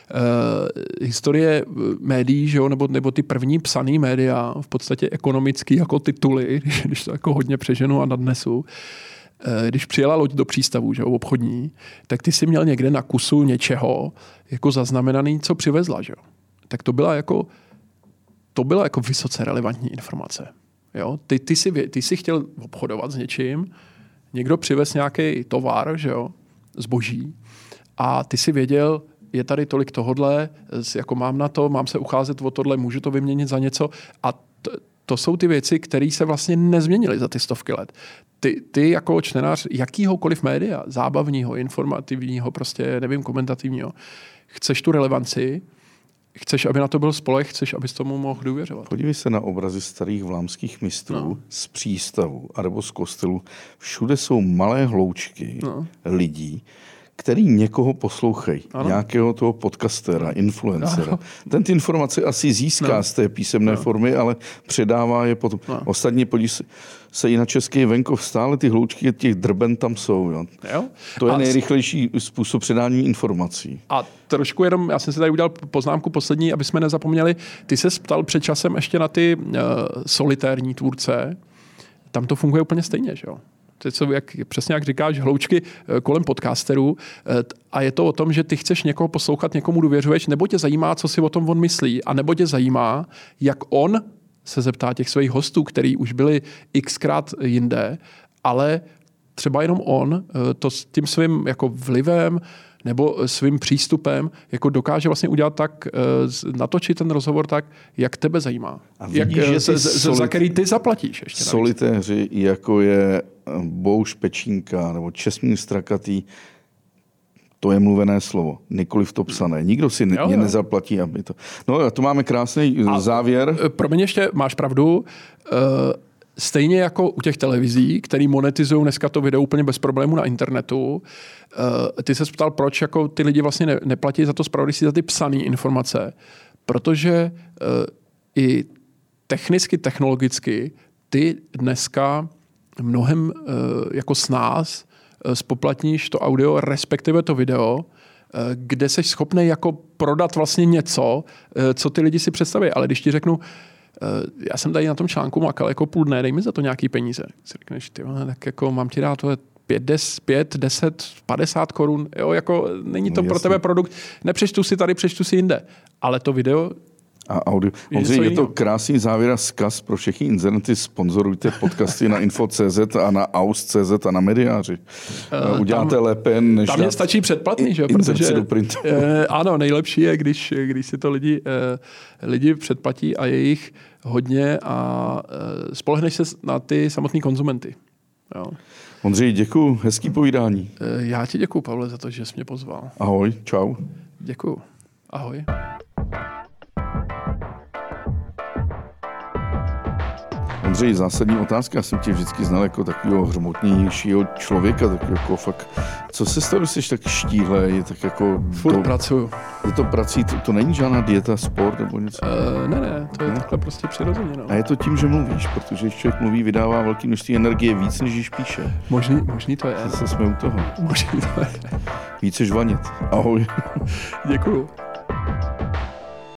Uh, historie médií, že jo, nebo, nebo ty první psaný média, v podstatě ekonomický jako tituly, když, když to jako hodně přeženu a nadnesu. Když přijela loď do přístavu, že jo, obchodní, tak ty si měl někde na kusu něčeho jako zaznamenaný, co přivezla, že jo. Tak to byla jako, to byla jako vysoce relevantní informace. Jo? Ty, ty, si, ty si chtěl obchodovat s něčím, někdo přivez nějaký tovar, že jo, zboží, a ty si věděl, je tady tolik tohodle, jako mám na to, mám se ucházet o tohle, můžu to vyměnit za něco. A to, to jsou ty věci, které se vlastně nezměnily za ty stovky let. Ty, ty jako čtenář jakýhokoliv média, zábavního, informativního, prostě nevím, komentativního, chceš tu relevanci, chceš, aby na to byl spolech, chceš, abys tomu mohl důvěřovat. Podívej se na obrazy starých vlámských mistrů no. z přístavu anebo z kostelu. Všude jsou malé hloučky no. lidí, který někoho poslouchají, ano. nějakého toho podcastera, influencera. Ano. Ten ty informace asi získá no. z té písemné no. formy, ale předává je potom. No. Ostatně podívej se i na český venkov, stále ty hloučky těch drben tam jsou. Jo. Jo? To je a nejrychlejší způsob předání informací. A trošku jenom, já jsem si tady udělal poznámku poslední, aby jsme nezapomněli, ty se ptal před časem ještě na ty uh, solitérní tvůrce. Tam to funguje úplně stejně, že jo? To je co, jak, přesně jak říkáš, hloučky kolem podcasterů, a je to o tom, že ty chceš někoho poslouchat, někomu důvěřuješ, nebo tě zajímá, co si o tom on myslí, a nebo tě zajímá, jak on se zeptá těch svých hostů, který už byli xkrát jinde, ale třeba jenom on to s tím svým jako vlivem nebo svým přístupem jako dokáže vlastně udělat tak, natočit ten rozhovor tak, jak tebe zajímá. A vidíš, jak, že z, z, solit... za který ty zaplatíš. Ještě solitéři, jako je Bouš Pečínka nebo Česmír Strakatý, to je mluvené slovo, nikoliv to psané. Nikdo si ne, jo, jo. nezaplatí, aby to... No a to máme krásný a závěr. Pro mě ještě máš pravdu, uh, stejně jako u těch televizí, který monetizují dneska to video úplně bez problému na internetu, uh, ty se ptal, proč jako ty lidi vlastně ne, neplatí za to zpravodajství, za ty psané informace, protože uh, i technicky, technologicky ty dneska mnohem uh, jako s nás spoplatníš to audio, respektive to video, kde jsi schopný jako prodat vlastně něco, co ty lidi si představí. Ale když ti řeknu, já jsem tady na tom článku makal jako půl dne, dej mi za to nějaký peníze. Si řekneš, ty, tak jako mám ti dát to pět, deset, padesát korun, jo, jako není to no, pro tebe produkt, nepřečtu si tady, přečtu si jinde. Ale to video... A audio. Ondřej, je to krásný závěr a vzkaz pro všechny inzerenty. Sponzorujte podcasty na info tečka cé zet a na aus tečka cé zet a na Mediáři. Uh, Uděláte tam, lépe, než... Tam mě stačí předplatný, že? Protože, do printu. uh, ano, nejlepší je, když, když si to lidi, uh, lidi předplatí a je jich hodně a uh, spolehneš se na ty samotný konzumenty. Jo. Ondřej, děkuju. Hezký povídání. Uh, já ti děkuju, Pavle, za to, že jsi mě pozval. Ahoj, čau. Děkuju. Ahoj. Ondřej, zásadní otázka. Já jsem tě vždycky znal jako takového hřmotnějšího člověka, tak jako fakt, co se stalo, že jsi tak štíhlej, tak jako... Furt to, pracuju. Je to prací, to, to není žádná dieta, sport nebo něco? Uh, ne, ne, to je ne? takhle prostě přirozeně, no. A je to tím, že mluvíš, protože když člověk mluví, vydává velké množství energie víc, než když píše. Možný, možný to je. Zase jsme u toho. Možný to je. Více žvanit. Ahoj. Děkuju.